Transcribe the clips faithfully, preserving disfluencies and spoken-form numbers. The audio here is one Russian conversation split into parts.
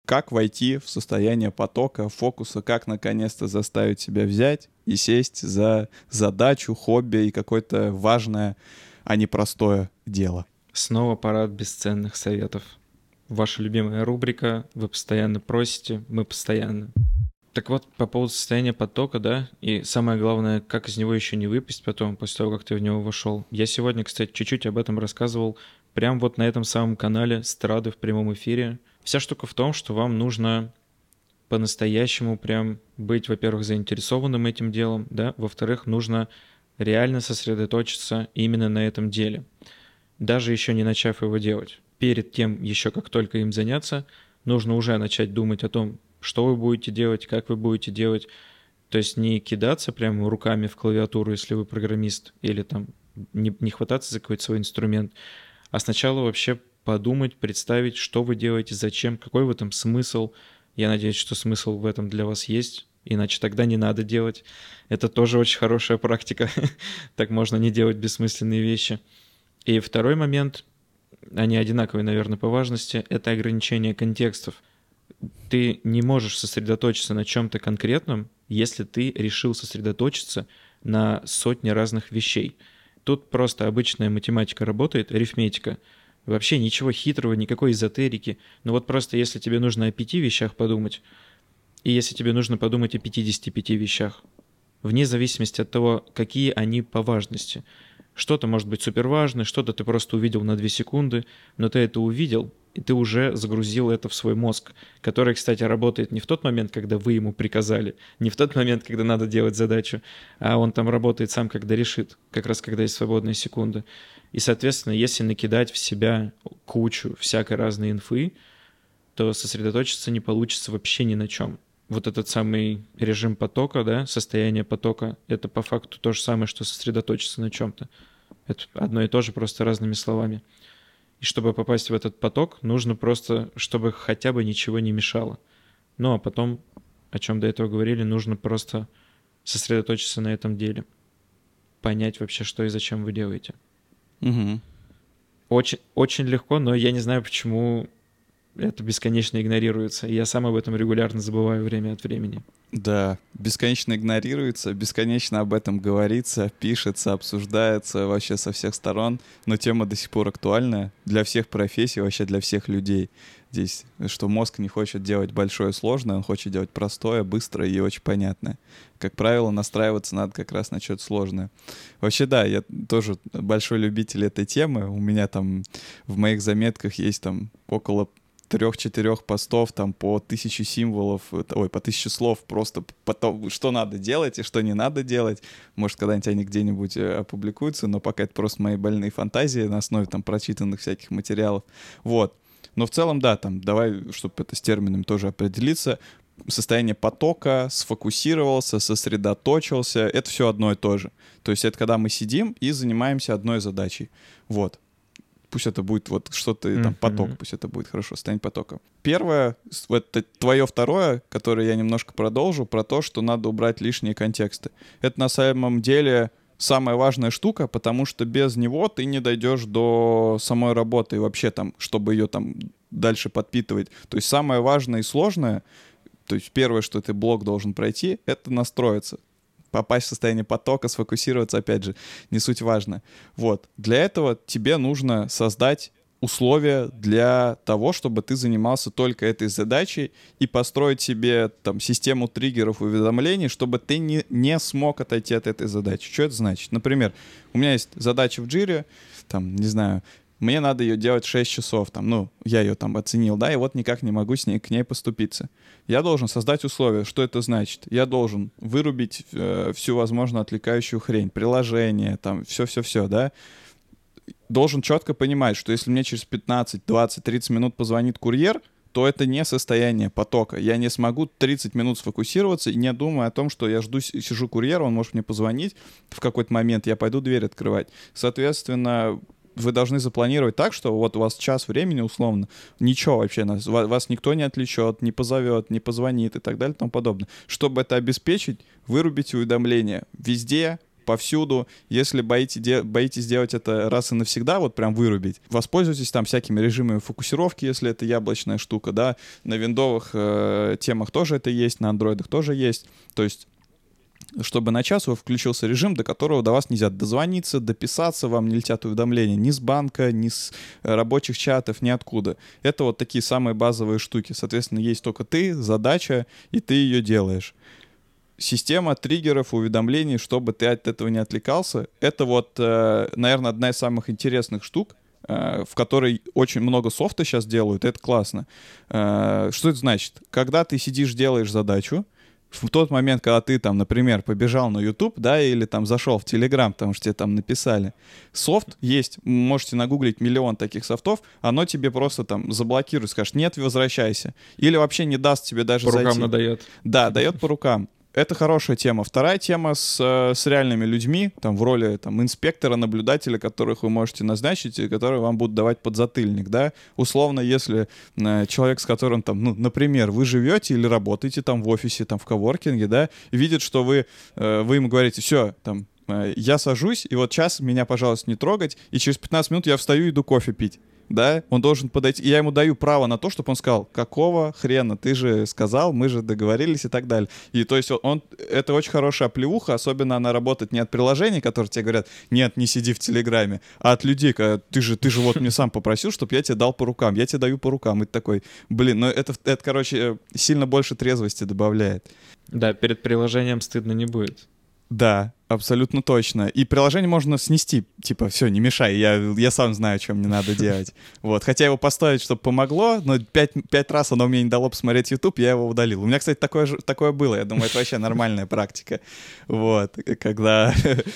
как войти в состояние потока, фокуса, как наконец-то заставить себя взять и сесть за задачу, хобби и какое-то важное, а не простое дело. Снова парад бесценных советов. Ваша любимая рубрика, вы постоянно просите, мы постоянно. Так вот, по поводу состояния потока, да, и самое главное, как из него еще не выпасть потом, после того, как ты в него вошел. Я сегодня, кстати, чуть-чуть об этом рассказывал, прямо вот на этом самом канале Страды в прямом эфире. Вся штука в том, что вам нужно по-настоящему прям быть, во-первых, заинтересованным этим делом, да, во-вторых, нужно реально сосредоточиться именно на этом деле, даже еще не начав его делать. Перед тем, еще как только им заняться, нужно уже начать думать о том, что вы будете делать, как вы будете делать. То есть не кидаться прямо руками в клавиатуру, если вы программист, или там не, не хвататься за какой-то свой инструмент, а сначала вообще подумать, представить, что вы делаете, зачем, какой в этом смысл. Я надеюсь, что смысл в этом для вас есть, иначе тогда не надо делать. Это тоже очень хорошая практика. Так можно не делать бессмысленные вещи. И второй момент, они одинаковые, наверное, по важности, это ограничение контекстов. Ты не можешь сосредоточиться на чем-то конкретном, если ты решил сосредоточиться на сотне разных вещей. Тут просто обычная математика работает, арифметика. Вообще ничего хитрого, никакой эзотерики. Но вот просто если тебе нужно о пяти вещах подумать, и если тебе нужно подумать о пятидесяти пяти вещах, вне зависимости от того, какие они по важности. Что-то может быть суперважно, что-то ты просто увидел на две секунды, но ты это увидел, и ты уже загрузил это в свой мозг, который, кстати, работает не в тот момент, когда вы ему приказали, не в тот момент, когда надо делать задачу, а он там работает сам, когда решит, как раз когда есть свободные секунды. И, соответственно, если накидать в себя кучу всякой разной инфы, то сосредоточиться не получится вообще ни на чем. Вот этот самый режим потока, да, состояние потока, это по факту то же самое, что сосредоточиться на чем-то. Это одно и то же, просто разными словами. И чтобы попасть в этот поток, нужно просто, чтобы хотя бы ничего не мешало. Ну, а потом, о чем до этого говорили, нужно просто сосредоточиться на этом деле. Понять вообще, что и зачем вы делаете. Угу. Очень, очень легко, но я не знаю, почему это бесконечно игнорируется. И я сам об этом регулярно забываю время от времени. Да, бесконечно игнорируется, бесконечно об этом говорится, пишется, обсуждается вообще со всех сторон, но тема до сих пор актуальна для всех профессий, вообще для всех людей. Здесь, что мозг не хочет делать большое и сложное, он хочет делать простое, быстрое и очень понятное. Как правило, настраиваться надо как раз на что-то сложное. Вообще, да, я тоже большой любитель этой темы. У меня там в моих заметках есть там около трех-четырех постов там по тысяче символов, ой, по тысяче слов просто по тому, что надо делать и что не надо делать. Может, когда-нибудь они где-нибудь опубликуются, но пока это просто мои больные фантазии на основе там прочитанных всяких материалов. Вот. Но в целом, да, там, давай, чтобы это с термином тоже определиться, состояние потока, сфокусировался, сосредоточился, это все одно и то же. То есть это когда мы сидим и занимаемся одной задачей. Вот. Пусть это будет вот что-то, mm-hmm. там, поток, пусть это будет хорошо, состояние потока. Первое, это твое второе, которое я немножко продолжу, про то, что надо убрать лишние контексты. Это на самом деле самая важная штука, потому что без него ты не дойдешь до самой работы и вообще там, чтобы ее там дальше подпитывать. То есть самое важное и сложное, то есть первое, что ты блок должен пройти, это настроиться. Попасть в состояние потока, сфокусироваться, опять же, не суть важно. Вот. Для этого тебе нужно создать условия для того, чтобы ты занимался только этой задачей и построить себе там систему триггеров, уведомлений, чтобы ты не, не смог отойти от этой задачи. Что это значит? Например, у меня есть задача в Jira, там, не знаю, мне надо ее делать шесть часов, там, ну, я ее там оценил, да, и вот никак не могу с ней, к ней поступиться. Я должен создать условия. Что это значит? Я должен вырубить э, всю, возможно, отвлекающую хрень, приложение, там, все-все-все, да. Должен четко понимать, что если мне через пятнадцать, двадцать, тридцать минут позвонит курьер, то это не состояние потока. Я не смогу тридцать минут сфокусироваться и не думая о том, что я жду, сижу курьера, он может мне позвонить в какой-то момент, я пойду дверь открывать. Соответственно, вы должны запланировать так, что вот у вас час времени условно, ничего вообще, вас никто не отвлечет, не позовет, не позвонит и так далее и тому подобное. Чтобы это обеспечить, вырубите уведомления везде, повсюду. Если боитесь, де- боитесь делать это раз и навсегда, вот прям вырубить, воспользуйтесь там всякими режимами фокусировки, если это яблочная штука, да. На виндовых э, темах тоже это есть, на андроидах тоже есть. То есть чтобы на час у вас включился режим, до которого до вас нельзя дозвониться, дописаться, вам не летят уведомления ни с банка, ни с рабочих чатов, ниоткуда. Это вот такие самые базовые штуки. Соответственно, есть только ты, задача, и ты ее делаешь. Система триггеров, уведомлений, чтобы ты от этого не отвлекался, это вот, наверное, одна из самых интересных штук, в которой очень много софта сейчас делают, это классно. Что это значит? Когда ты сидишь, делаешь задачу, в тот момент, когда ты там, например, побежал на YouTube, да, или там зашел в Telegram, потому что тебе там написали, софт есть, можете нагуглить миллион таких софтов, оно тебе просто там заблокирует, скажет, нет, возвращайся. Или вообще не даст тебе даже по зайти. По рукам надает. Да, дает по рукам. Это хорошая тема. Вторая тема с, с реальными людьми, там, в роли там, инспектора, наблюдателя, которых вы можете назначить, и которые вам будут давать подзатыльник, да. Условно, если э, человек, с которым, там, ну, например, вы живете или работаете там в офисе, там, в коворкинге, да, и видит, что вы, э, вы ему говорите, все, там, э, я сажусь, и вот сейчас меня, пожалуйста, не трогать, и через пятнадцать минут я встаю и иду кофе пить. Да, он должен подойти, и я ему даю право на то, чтобы он сказал, какого хрена, ты же сказал, мы же договорились и так далее. И то есть он, это очень хорошая оплеуха, особенно она работает не от приложений, которые тебе говорят, нет, не сиди в Телеграме, а от людей, когда ты же, ты же вот мне сам попросил, чтобы я тебе дал по рукам, я тебе даю по рукам, и ты такой, блин, ну это, это, короче, сильно больше трезвости добавляет. Да, перед приложением стыдно не будет. Да, абсолютно точно. И приложение можно снести, типа, все, не мешай, я, я сам знаю, что мне надо делать. Вот, хотя его поставить, чтобы помогло, но пять, пять раз оно мне не дало посмотреть YouTube, я его удалил. У меня, кстати, такое, же, такое было, я думаю, это вообще нормальная практика. Вот, когда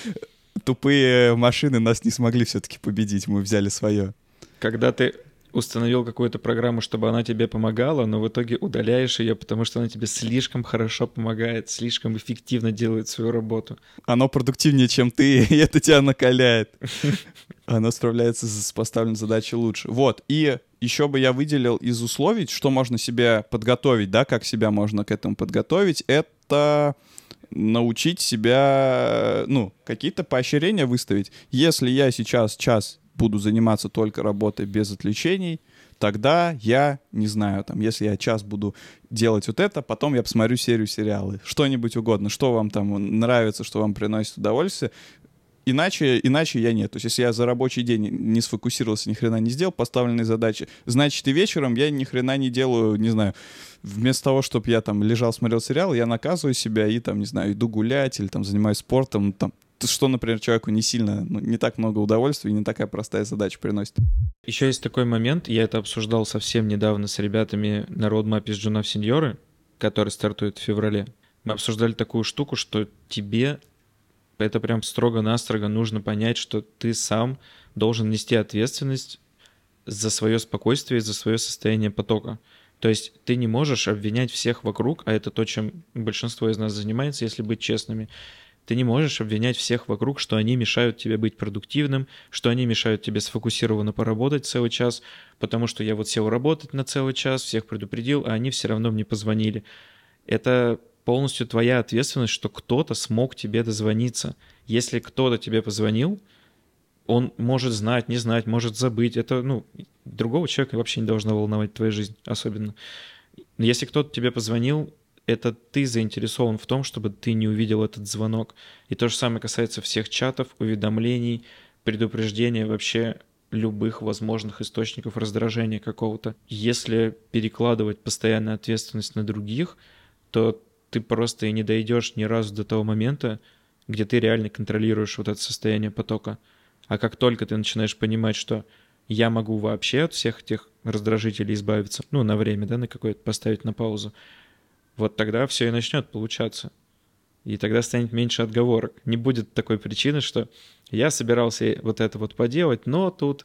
тупые машины нас не смогли все-таки победить, мы взяли свое. Когда ты установил какую-то программу, чтобы она тебе помогала, но в итоге удаляешь ее, потому что она тебе слишком хорошо помогает, слишком эффективно делает свою работу. Оно продуктивнее, чем ты, и это тебя накаляет. Оно справляется с поставленной задачей лучше. Вот, и еще бы я выделил из условий, что можно себе подготовить, да, как себя можно к этому подготовить, это научить себя, ну, какие-то поощрения выставить. Если я сейчас час буду заниматься только работой без отвлечений, тогда я, не знаю, там, если я час буду делать вот это, потом я посмотрю серию сериалы, что-нибудь угодно, что вам там нравится, что вам приносит удовольствие. Иначе, иначе я нет. То есть если я за рабочий день не сфокусировался, ни хрена не сделал поставленные задачи, значит и вечером я ни хрена не делаю, не знаю, вместо того, чтобы я там лежал, смотрел сериал, я наказываю себя и там, не знаю, иду гулять или там занимаюсь спортом, там, что, например, человеку не сильно, ну, не так много удовольствия и не такая простая задача приносит. Еще есть такой момент, я это обсуждал совсем недавно с ребятами на роудмапе с Джуна в Сеньоры, который стартует в феврале. Мы обсуждали такую штуку, что тебе это прям строго-настрого нужно понять, что ты сам должен нести ответственность за свое спокойствие, за свое состояние потока. То есть ты не можешь обвинять всех вокруг, а это то, чем большинство из нас занимается, если быть честными. Ты не можешь обвинять всех вокруг, что они мешают тебе быть продуктивным, что они мешают тебе сфокусированно поработать целый час, потому что я вот сел работать на целый час, всех предупредил, а они все равно мне позвонили. Это полностью твоя ответственность, что кто-то смог тебе дозвониться. Если кто-то тебе позвонил, он может знать, не знать, может забыть. Это, ну, другого человека вообще не должна волновать твоя жизнь особенно. Если кто-то тебе позвонил, это ты заинтересован в том, чтобы ты не увидел этот звонок. И то же самое касается всех чатов, уведомлений, предупреждения, вообще любых возможных источников раздражения какого-то. Если перекладывать постоянно ответственность на других, то ты просто и не дойдешь ни разу до того момента, где ты реально контролируешь вот это состояние потока. А как только ты начинаешь понимать, что я могу вообще от всех этих раздражителей избавиться, ну, на время, да, на какое-то поставить на паузу, вот тогда все и начнет получаться. И тогда станет меньше отговорок. Не будет такой причины, что я собирался вот это вот поделать, но тут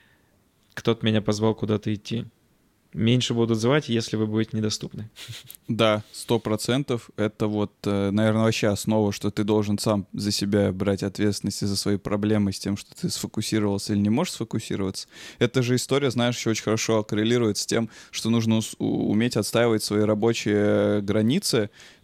кто-то меня позвал куда-то идти. Меньше будут звать, если вы будете недоступны. Да, сто процентов. Это вот, наверное, вообще основа, что ты должен сам за себя брать ответственность за свои проблемы с тем, что ты сфокусировался или не можешь сфокусироваться. Эта же история, знаешь, еще очень хорошо коррелирует с тем, что нужно уметь отстаивать свои рабочие границы,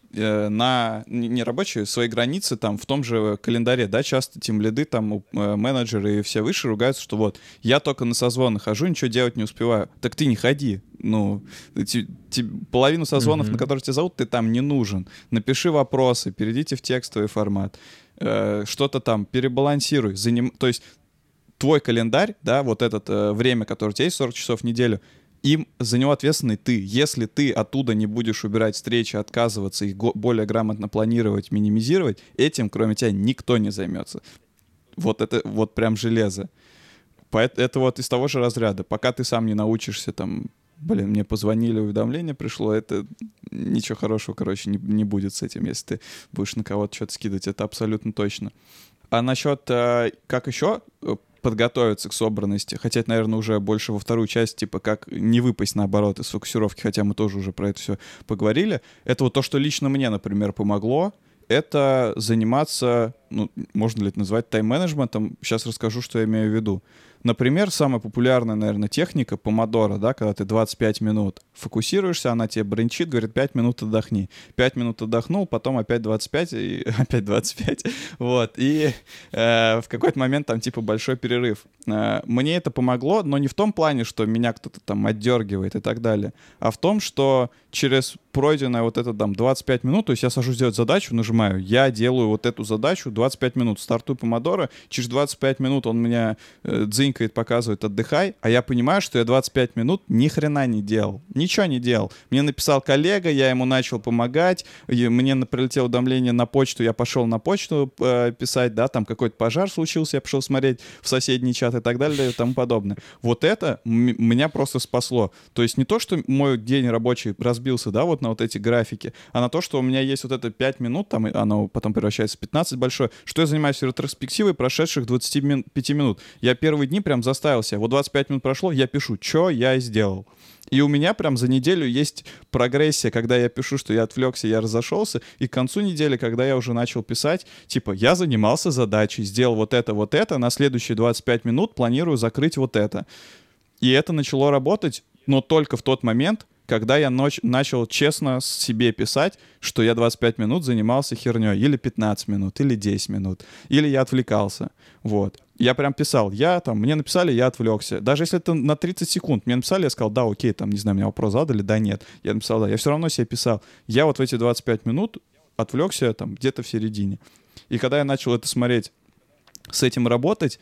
э, на не рабочие, свои границы там в том же календаре, да, часто тимлиды, там э, менеджеры и все выше ругаются, что вот, я только на созвоны хожу, ничего делать не успеваю. Так ты не ходи, ну, ти, ти, половину созвонов, mm-hmm. на которые тебя зовут, ты там не нужен. Напиши вопросы, перейдите в текстовый формат, э, что-то там перебалансируй, заним... то есть твой календарь, да, вот это э, время, которое у тебя есть, сорок часов в неделю, им за него ответственный ты. Если ты оттуда не будешь убирать встречи, отказываться, их го- более грамотно планировать, минимизировать, этим, кроме тебя, никто не займется. Вот это вот прям железо. Поэт- это вот из того же разряда. Пока ты сам не научишься там, блин, мне позвонили, уведомление пришло, это ничего хорошего, короче, не, не будет с этим, если ты будешь на кого-то что-то скидывать. Это абсолютно точно. А насчет, э, как еще подготовиться к собранности, хотя это, наверное, уже больше во вторую часть, типа, как не выпасть, наоборот, из фокусировки, хотя мы тоже уже про это все поговорили. Это вот то, что лично мне, например, помогло, это заниматься, ну, можно ли это назвать тайм-менеджментом, сейчас расскажу, что я имею в виду. Например, самая популярная, наверное, техника помодоро, да, когда ты двадцать пять минут фокусируешься, она тебе бренчит, говорит, пять минут отдохни. пять минут отдохнул, потом опять двадцать пять, и опять двадцать пять, вот, и э, в какой-то момент там типа большой перерыв. Э, мне это помогло, но не в том плане, что меня кто-то там отдергивает и так далее, а в том, что через пройденное вот это там двадцать пять минут, то есть я сажусь делать задачу, нажимаю, я делаю вот эту задачу двадцать пять минут, стартую помодоро, через двадцать пять минут он меня э, дзынькает, показывает, отдыхай, а я понимаю, что я двадцать пять минут ни хрена не делал, ничего не делал. Мне написал коллега, я ему начал помогать, мне прилетело уведомление на почту, я пошел на почту э, писать, да, там какой-то пожар случился, я пошел смотреть в соседний чат и так далее и тому подобное. Вот это м- меня просто спасло. То есть не то, что мой день рабочий разбился, да, вот на вот эти графики, а на то, что у меня есть вот это пять минут, там оно потом превращается в пятнадцать большое, что я занимаюсь ретроспективой прошедших двадцати пяти минут. Я первые дни прям заставил себя, вот двадцать пять минут прошло, я пишу, что я сделал. И у меня прям за неделю есть прогрессия, когда я пишу, что я отвлекся, я разошелся, и к концу недели, когда я уже начал писать, типа, я занимался задачей, сделал вот это, вот это, на следующие двадцать пять минут планирую закрыть вот это. И это начало работать, но только в тот момент, когда я ноч- начал честно себе писать, что я двадцать пять минут занимался херней, или пятнадцать минут, или десять минут, или я отвлекался, вот. Я прям писал, я там, мне написали, я отвлекся. Даже если это на тридцать секунд, мне написали, я сказал, да, окей, там, не знаю, мне вопрос задали, да, нет. Я написал, да, я все равно себе писал. Я вот в эти двадцать пять минут отвлекся там где-то в середине. И когда я начал это смотреть, с этим работать,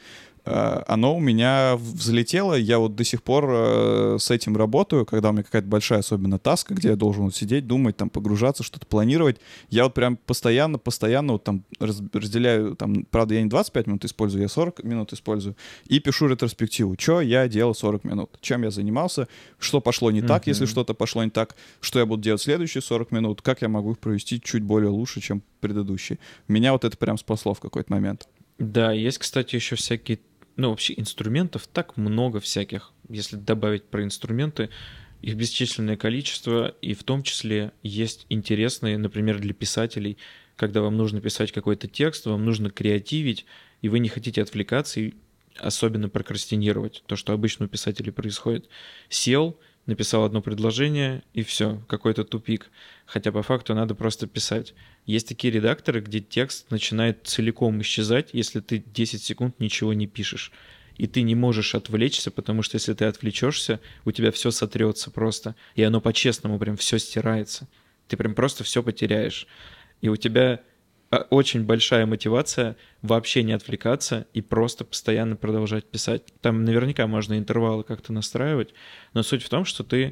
оно у меня взлетело, я вот до сих пор э, с этим работаю, когда у меня какая-то большая особенно таска, где я должен вот сидеть, думать, там, погружаться, что-то планировать, я вот прям постоянно, постоянно вот там раз, разделяю, там, правда, я не двадцать пять минут использую, я сорок минут использую, и пишу ретроспективу, что я делал сорок минут, чем я занимался, что пошло не так, uh-huh. если что-то пошло не так, что я буду делать следующие сорок минут, как я могу их провести чуть более лучше, чем предыдущие. Меня вот это прям спасло в какой-то момент. Да, есть, кстати, еще всякие, ну, вообще инструментов так много всяких. Если добавить про инструменты, их бесчисленное количество, и в том числе есть интересные, например, для писателей, когда вам нужно писать какой-то текст, вам нужно креативить, и вы не хотите отвлекаться, и особенно прокрастинировать, то, что обычно у писателей происходит. Сел, написал одно предложение, и все, какой-то тупик. Хотя по факту надо просто писать. Есть такие редакторы, где текст начинает целиком исчезать, если ты десять секунд ничего не пишешь. И ты не можешь отвлечься, потому что если ты отвлечешься, у тебя все сотрется просто. И оно по-честному прям все стирается. Ты прям просто все потеряешь. И у тебя очень большая мотивация вообще не отвлекаться и просто постоянно продолжать писать. Там наверняка можно интервалы как-то настраивать, но суть в том, что ты,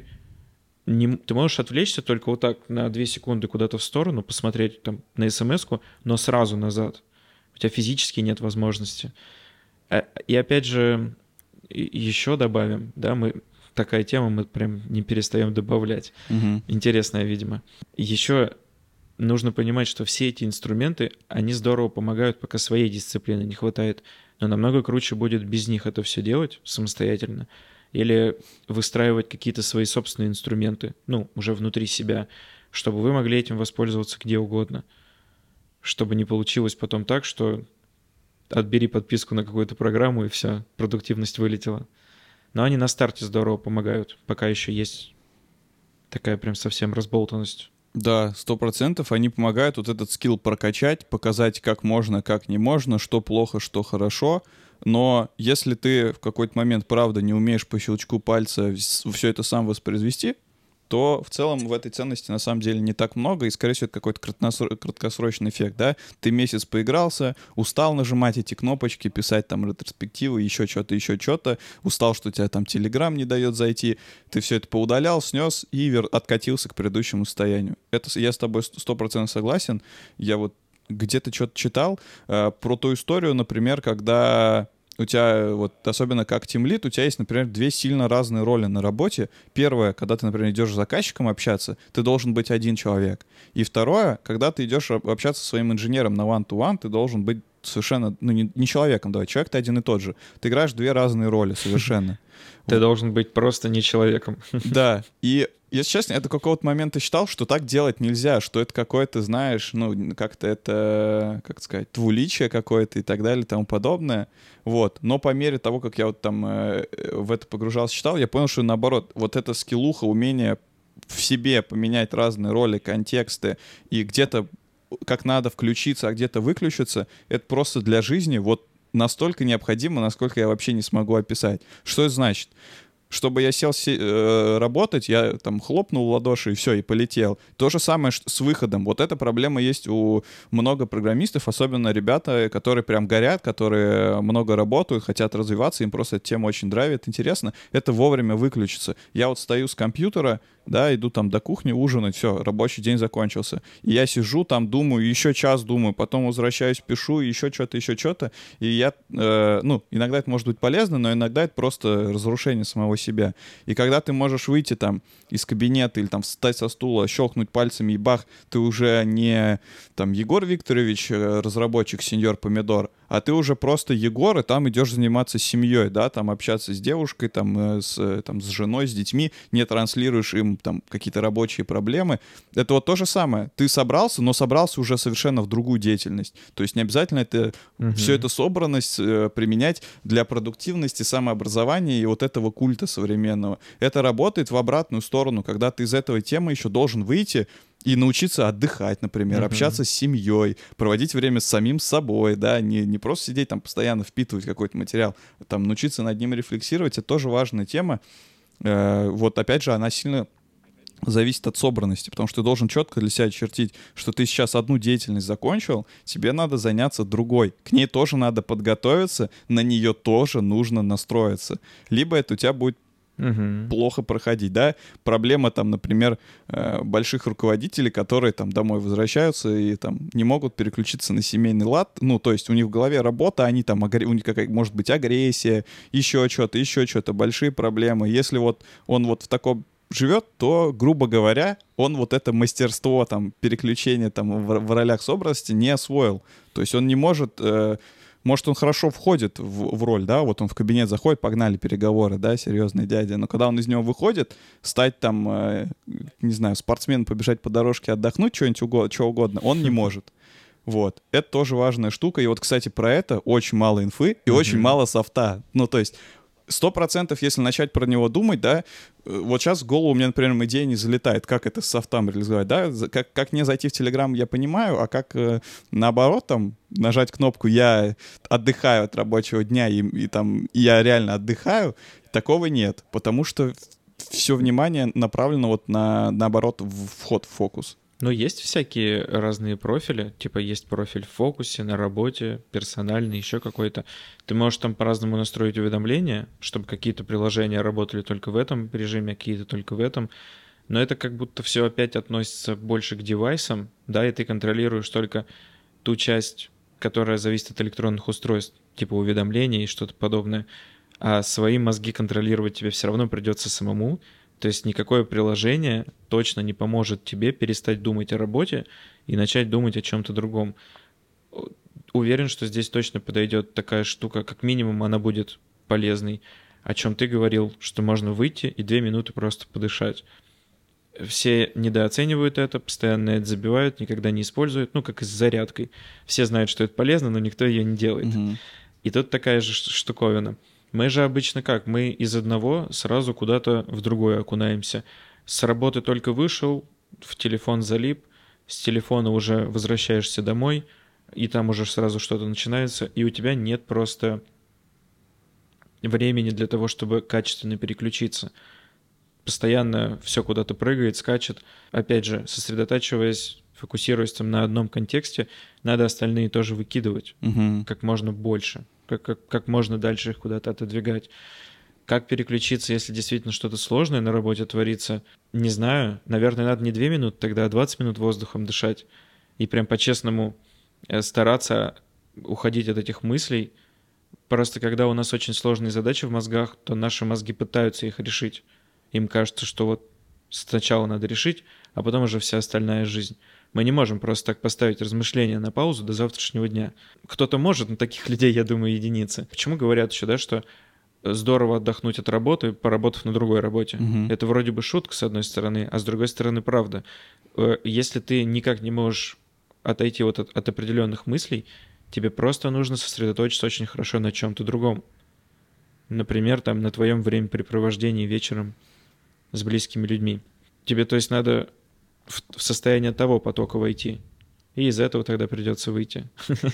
не, ты можешь отвлечься только вот так на две секунды куда-то в сторону, посмотреть там на смс-ку, но сразу назад. У тебя физически нет возможности. И опять же, еще добавим, да, мы такая тема, мы прям не перестаем добавлять. Угу. Интересная, видимо. Еще нужно понимать, что все эти инструменты, они здорово помогают, пока своей дисциплины не хватает. Но намного круче будет без них это все делать самостоятельно. Или выстраивать какие-то свои собственные инструменты, ну, уже внутри себя, чтобы вы могли этим воспользоваться где угодно. Чтобы не получилось потом так, что отбери подписку на какую-то программу, и все, продуктивность вылетела. Но они на старте здорово помогают, пока еще есть такая прям совсем разболтанность Да, сто процентов они помогают вот этот скилл прокачать, показать, как можно, как не можно, что плохо, что хорошо. Но если ты в какой-то момент, правда, не умеешь по щелчку пальца все это сам воспроизвести, то в целом в этой ценности на самом деле не так много, и, скорее всего, это какой-то краткосро- краткосрочный эффект, да? Ты месяц поигрался, устал нажимать эти кнопочки, писать там ретроспективы, еще что-то, еще что-то, устал, что у тебя там Телеграм не дает зайти, ты все это поудалял, снес и вер- откатился к предыдущему состоянию. Это с- я с тобой сто процентов согласен. Я вот где-то что-то читал э, про ту историю, например, когда у тебя, вот особенно как тимлид, у тебя есть, например, две сильно разные роли на работе. Первое, когда ты, например, идешь с заказчиком общаться, ты должен быть один человек. И второе, когда ты идешь общаться со своим инженером на one-to-one, ты должен быть совершенно, ну, не, не человеком, давай, человек ты один и тот же. Ты играешь две разные роли совершенно. Ты должен быть просто не человеком. Да, и если честно, я до какого-то момента считал, что так делать нельзя, что это какое-то, знаешь, ну, как-то это, как сказать, двуличие какое-то и так далее и тому подобное. Вот. Но по мере того, как я вот там э, в это погружался, читал, я понял, что наоборот, вот эта скиллуха, умение в себе поменять разные роли, контексты и где-то как надо включиться, а где-то выключиться, это просто для жизни вот настолько необходимо, насколько я вообще не смогу описать. Что это значит? Чтобы я сел се- э, работать, я там хлопнул в ладоши и все, и полетел. То же самое ш- с выходом. Вот эта проблема есть у много программистов, особенно ребята, которые прям горят, которые много работают, хотят развиваться, им просто эта тема очень драйвит, интересно. Это вовремя выключиться. Я вот стою с компьютера, да, иду там до кухни ужинать, все, рабочий день закончился. И я сижу там, думаю, еще час думаю, потом возвращаюсь, пишу, еще что-то, еще что-то. И я, э, ну, иногда это может быть полезно, но иногда это просто разрушение самого себя. И когда ты можешь выйти там из кабинета или там встать со стула, щелкнуть пальцами и бах, ты уже не там Егор Викторович, разработчик, сеньор помидор, а ты уже просто Егор, и там идешь заниматься семьей, да, там общаться с девушкой, там с, там, с женой, с детьми, не транслируешь им там какие-то рабочие проблемы. Это вот то же самое. Ты собрался, но собрался уже совершенно в другую деятельность. То есть не обязательно это, угу. всю эту собранность э, применять для продуктивности, самообразования и вот этого культа современного. Это работает в обратную сторону, когда ты из этой темы еще должен выйти и научиться отдыхать, например, uh-huh. общаться с семьей, проводить время с самим собой, да, не, не просто сидеть там постоянно впитывать какой-то материал, там научиться над ним рефлексировать, это тоже важная тема. Э, вот опять же, она сильно зависит от собранности, потому что ты должен четко для себя чертить, что ты сейчас одну деятельность закончил, тебе надо заняться другой. К ней тоже надо подготовиться, на нее тоже нужно настроиться. Либо это у тебя будет Uh-huh. плохо проходить, да. Проблема там, например, больших руководителей, которые там домой возвращаются и там не могут переключиться на семейный лад. Ну, то есть у них в голове работа, они там, у них какая может быть агрессия, еще что-то, еще что-то, большие проблемы. Если вот он вот в таком живет, то, грубо говоря, он вот это мастерство там переключения там в, в ролях собранности не освоил. То есть он не может... Э, Может, он хорошо входит в, в роль, да, вот он в кабинет заходит, погнали переговоры, да, серьезный дядя, но когда он из него выходит, стать там, э, не знаю, спортсменом, побежать по дорожке, отдохнуть, что-нибудь угодно, что угодно, он не может. Вот. Это тоже важная штука. И вот, кстати, про это очень мало инфы и mm-hmm. очень мало софта. Ну, то есть сто процентов, если начать про него думать, да, вот сейчас в голову у меня, например, идея не залетает, как это с софтом реализовать, да, как, как мне зайти в Telegram, я понимаю, а как э, наоборот там нажать кнопку «я отдыхаю от рабочего дня» и, и там и я реально отдыхаю, такого нет, потому что все внимание направлено вот на, наоборот, в вход в фокус. Но есть всякие разные профили, типа есть профиль в фокусе, на работе, персональный, еще какой-то. Ты можешь там по-разному настроить уведомления, чтобы какие-то приложения работали только в этом режиме, какие-то только в этом. Но это как будто все опять относится больше к девайсам, да, и ты контролируешь только ту часть, которая зависит от электронных устройств, типа уведомлений и что-то подобное. А свои мозги контролировать тебе все равно придется самому. То есть никакое приложение точно не поможет тебе перестать думать о работе и начать думать о чем-то другом. Уверен, что здесь точно подойдет такая штука, как минимум она будет полезной. О чем ты говорил, что можно выйти и две минуты просто подышать. Все недооценивают это, постоянно это забивают, никогда не используют, ну, как и с зарядкой. Все знают, что это полезно, но никто ее не делает. Угу. И тут такая же штуковина. Мы же обычно как? Мы из одного сразу куда-то в другое окунаемся. С работы только вышел, в телефон залип, с телефона уже возвращаешься домой, и там уже сразу что-то начинается, и у тебя нет просто времени для того, чтобы качественно переключиться. Постоянно все куда-то прыгает, скачет. Опять же, сосредотачиваясь, фокусируясь там на одном контексте, надо остальные тоже выкидывать Угу. как можно больше, как, как, как можно дальше их куда-то отодвигать. Как переключиться, если действительно что-то сложное на работе творится, не знаю. Наверное, надо не две минуты тогда, а двадцать минут воздухом дышать. И прям по-честному стараться уходить от этих мыслей. Просто когда у нас очень сложные задачи в мозгах, то наши мозги пытаются их решить. Им кажется, что вот сначала надо решить, а потом уже вся остальная жизнь. Мы не можем просто так поставить размышления на паузу до завтрашнего дня. Кто-то может, но таких людей, я думаю, единицы. Почему говорят еще, да, что здорово отдохнуть от работы, поработав на другой работе? Угу. Это вроде бы шутка, с одной стороны, а с другой стороны, правда. Если ты никак не можешь отойти вот от, от определенных мыслей, тебе просто нужно сосредоточиться очень хорошо на чем-то другом. Например, там, на твоем времяпрепровождении вечером с близкими людьми. Тебе, то есть, надо в, в состояние того потока войти. И из этого тогда придется выйти.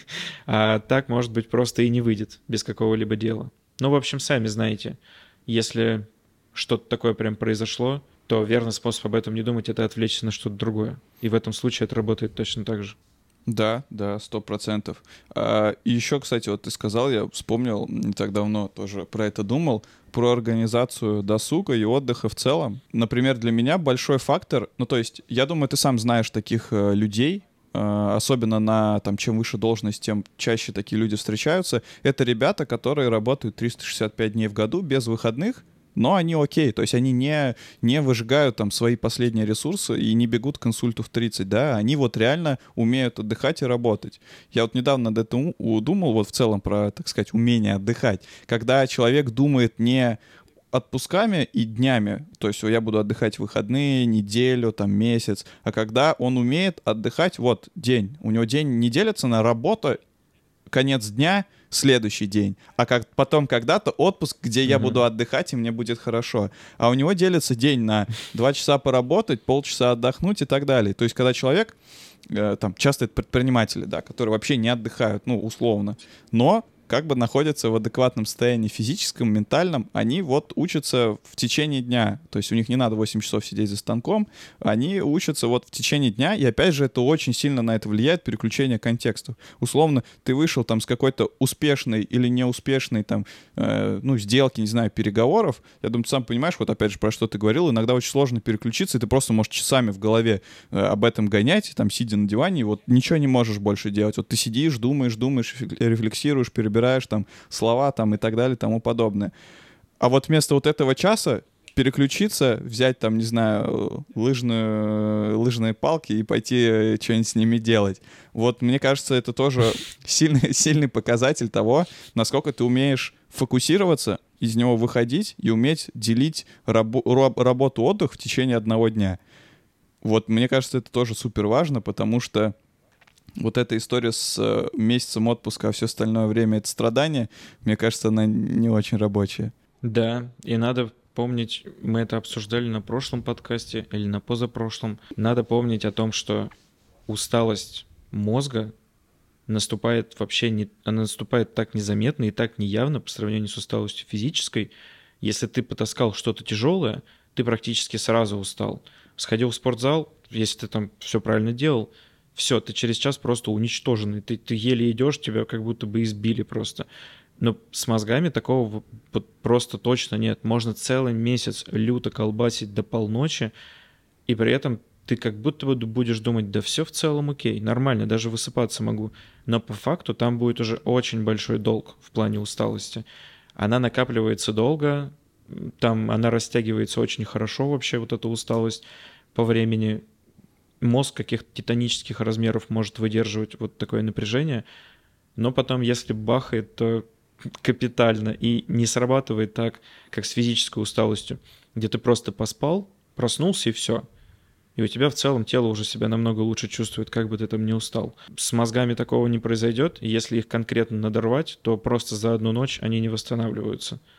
А так, может быть, просто и не выйдет без какого-либо дела. Ну, в общем, сами знаете, если что-то такое прям произошло, то верный способ об этом не думать — это отвлечься на что-то другое. И в этом случае это работает точно так же. Да, да, сто процентов. А, и еще, кстати, вот ты сказал, я вспомнил, не так давно тоже про это думал, про организацию досуга и отдыха в целом. Например, для меня большой фактор, ну то есть, я думаю, ты сам знаешь таких э, людей, э, особенно на, там, чем выше должность, тем чаще такие люди встречаются. Это ребята, которые работают триста шестьдесят пять дней в году без выходных, но они окей, то есть они не, не выжигают там свои последние ресурсы и не бегут к инсульту в тридцать, да, они вот реально умеют отдыхать и работать. Я вот недавно над этим думал, вот в целом про, так сказать, умение отдыхать, когда человек думает не отпусками и днями, то есть я буду отдыхать в выходные, неделю, там, месяц, а когда он умеет отдыхать, вот, день, у него день не делится на работу, конец дня, следующий день, а как потом когда-то отпуск, где я mm-hmm. буду отдыхать, и мне будет хорошо. А у него делится день на два часа поработать, полчаса отдохнуть и так далее. То есть когда человек, э, там, часто это предприниматели, да, которые вообще не отдыхают, ну, условно, но как бы находятся в адекватном состоянии физическом, ментальном, они вот учатся в течение дня. То есть у них не надо восемь часов сидеть за станком, они учатся вот в течение дня, и опять же это очень сильно на это влияет, переключение контекстов. Условно, ты вышел там с какой-то успешной или неуспешной там, э, ну, сделки, не знаю, переговоров, я думаю, ты сам понимаешь, вот опять же, про что ты говорил, иногда очень сложно переключиться, и ты просто можешь часами в голове э, об этом гонять, там, сидя на диване, и вот ничего не можешь больше делать. Вот ты сидишь, думаешь, думаешь, рефлексируешь, перебираешь там слова там и так далее, тому подобное. А вот вместо вот этого часа переключиться, взять там, не знаю, лыжную, лыжные палки и пойти что-нибудь с ними делать. Вот мне кажется, это тоже сильный, сильный показатель того, насколько ты умеешь фокусироваться, из него выходить и уметь делить рабо- работу-отдых в течение одного дня. Вот мне кажется, это тоже супер важно, потому что вот эта история с э, месяцем отпуска, а все остальное время — это страдание, мне кажется, она не очень рабочая. Да, и надо помнить, мы это обсуждали на прошлом подкасте или на позапрошлом, надо помнить о том, что усталость мозга наступает вообще не... Она наступает так незаметно и так неявно по сравнению с усталостью физической. Если ты потаскал что-то тяжелое, ты практически сразу устал. Сходил в спортзал, если ты там все правильно делал, все, ты через час просто уничтоженный. Ты, ты еле идешь, тебя как будто бы избили просто. Но с мозгами такого вот просто точно нет. Можно целый месяц люто колбасить до полночи, и при этом ты как будто бы будешь думать, да все в целом окей, нормально, даже высыпаться могу. Но по факту там будет уже очень большой долг в плане усталости. Она накапливается долго, там она растягивается очень хорошо вообще, вот эта усталость по времени. Мозг каких-то титанических размеров может выдерживать вот такое напряжение, но потом, если бахает, то капитально и не срабатывает так, как с физической усталостью, где ты просто поспал, проснулся и все. И у тебя в целом тело уже себя намного лучше чувствует, как бы ты там ни устал. С мозгами такого не произойдет, и если их конкретно надорвать, то просто за одну ночь они не восстанавливаются.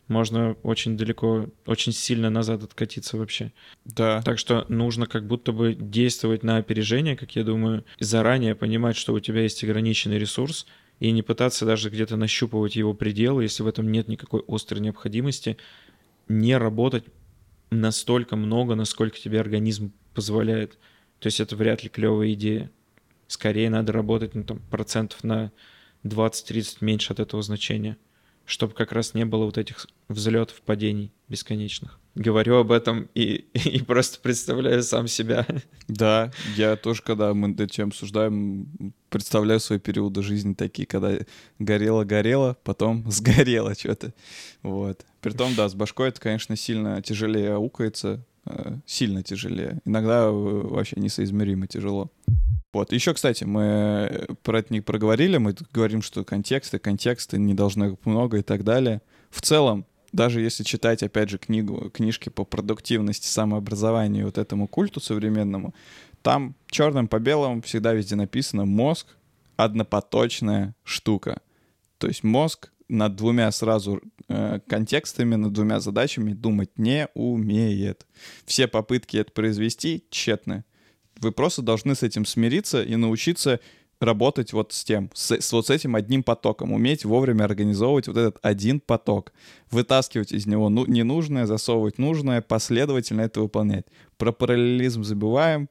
можно очень далеко, очень сильно назад откатиться вообще. Да. Так что нужно как будто бы действовать на опережение, как я думаю, и заранее понимать, что у тебя есть ограниченный ресурс, и не пытаться даже где-то нащупывать его пределы, если в этом нет никакой острой необходимости, не работать настолько много, насколько тебе организм позволяет. То есть это вряд ли клевая идея. Скорее надо работать, ну, там, процентов на двадцать-тридцать меньше от этого значения, чтобы как раз не было вот этих взлетов, падений бесконечных. Говорю об этом и, и просто представляю сам себя. Да, я тоже, когда мы над чем обсуждаем, представляю свои периоды жизни такие, когда горело-горело, потом сгорело что-то. Вот. Притом, да, с башкой это, конечно, сильно тяжелее аукается, сильно тяжелее. Иногда вообще несоизмеримо тяжело. Вот. Еще, кстати, мы про это не проговорили, мы тут говорим, что контексты, контексты, не должно их много и так далее. В целом, даже если читать, опять же, книгу, книжки по продуктивности, самообразованию, вот этому культу современному, там черным по белому всегда везде написано: мозг — однопоточная штука. То есть мозг над двумя сразу э, контекстами, над двумя задачами думать не умеет. Все попытки это произвести тщетны. Вы просто должны с этим смириться и научиться работать вот с тем, с, с вот с этим одним потоком, уметь вовремя организовывать вот этот один поток, вытаскивать из него ну, ненужное, засовывать нужное, последовательно это выполнять. Про параллелизм забываем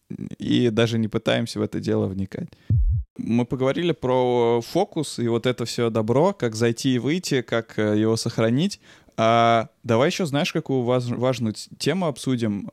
и даже не пытаемся в это дело вникать. Мы поговорили про фокус и вот это все добро, как зайти и выйти, как его сохранить. А давай еще, знаешь, какую важную тему обсудим?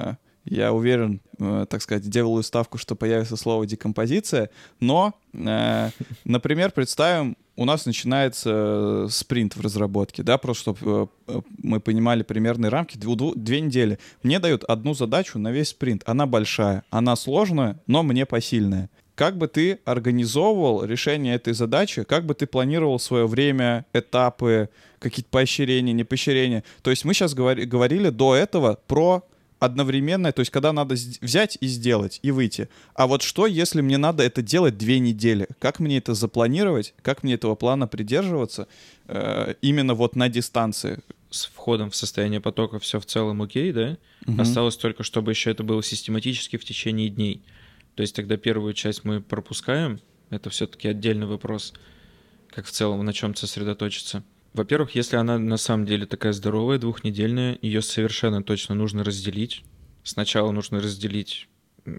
Я уверен, э, так сказать, делаю ставку, что появится слово «декомпозиция», но, э, например, представим, у нас начинается спринт в разработке, да, просто чтобы э, мы понимали примерные рамки, две, две недели. Мне дают одну задачу на весь спринт, она большая, она сложная, но мне посильная. Как бы ты организовывал решение этой задачи, как бы ты планировал свое время, этапы, какие-то поощрения, не поощрения? То есть мы сейчас говори, говорили до этого про одновременное, то есть когда надо взять и сделать, и выйти. А вот что, если мне надо это делать две недели? Как мне это запланировать? Как мне этого плана придерживаться э, именно вот на дистанции? С входом в состояние потока все в целом окей, да? Угу. Осталось только, чтобы еще это было систематически в течение дней. То есть тогда первую часть мы пропускаем. Это все-таки отдельный вопрос, как в целом на чем сосредоточиться. Во-первых, если она на самом деле такая здоровая, двухнедельная, ее совершенно точно нужно разделить. Сначала нужно разделить...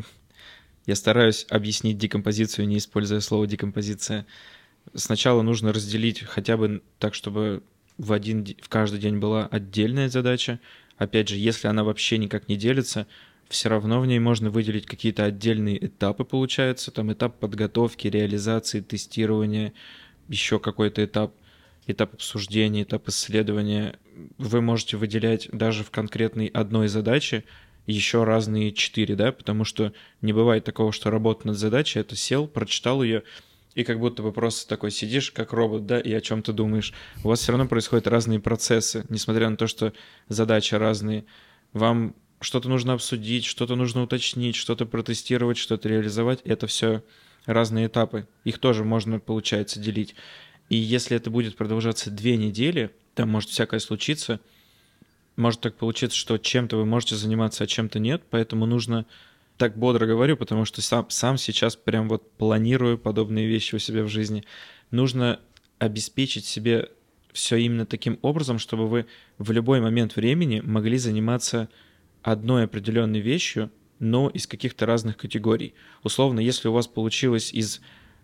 Я стараюсь объяснить декомпозицию, не используя слово «декомпозиция». Сначала нужно разделить хотя бы так, чтобы в, один, в каждый день была отдельная задача. Опять же, если она вообще никак не делится, все равно в ней можно выделить какие-то отдельные этапы, получается. Там этап подготовки, реализации, тестирования, еще какой-то этап. Этап обсуждения, этап исследования. Вы можете выделять даже в конкретной одной задаче еще разные четыре, да, потому что не бывает такого, что работа над задачей, это сел, прочитал ее, и как будто бы просто такой сидишь, как робот, да, и о чем ты думаешь. У вас все равно происходят разные процессы, несмотря на то, что задачи разные. Вам что-то нужно обсудить, что-то нужно уточнить, что-то протестировать, что-то реализовать. Это все разные этапы. Их тоже можно, получается, делить. И если это будет продолжаться две недели, там может всякое случиться, может так получиться, что чем-то вы можете заниматься, а чем-то нет, поэтому нужно, так бодро говорю, потому что сам, сам сейчас прям вот планирую подобные вещи у себя в жизни, нужно обеспечить себе все именно таким образом, чтобы вы в любой момент времени могли заниматься одной определенной вещью, но из каких-то разных категорий. Условно, если у вас получилось из...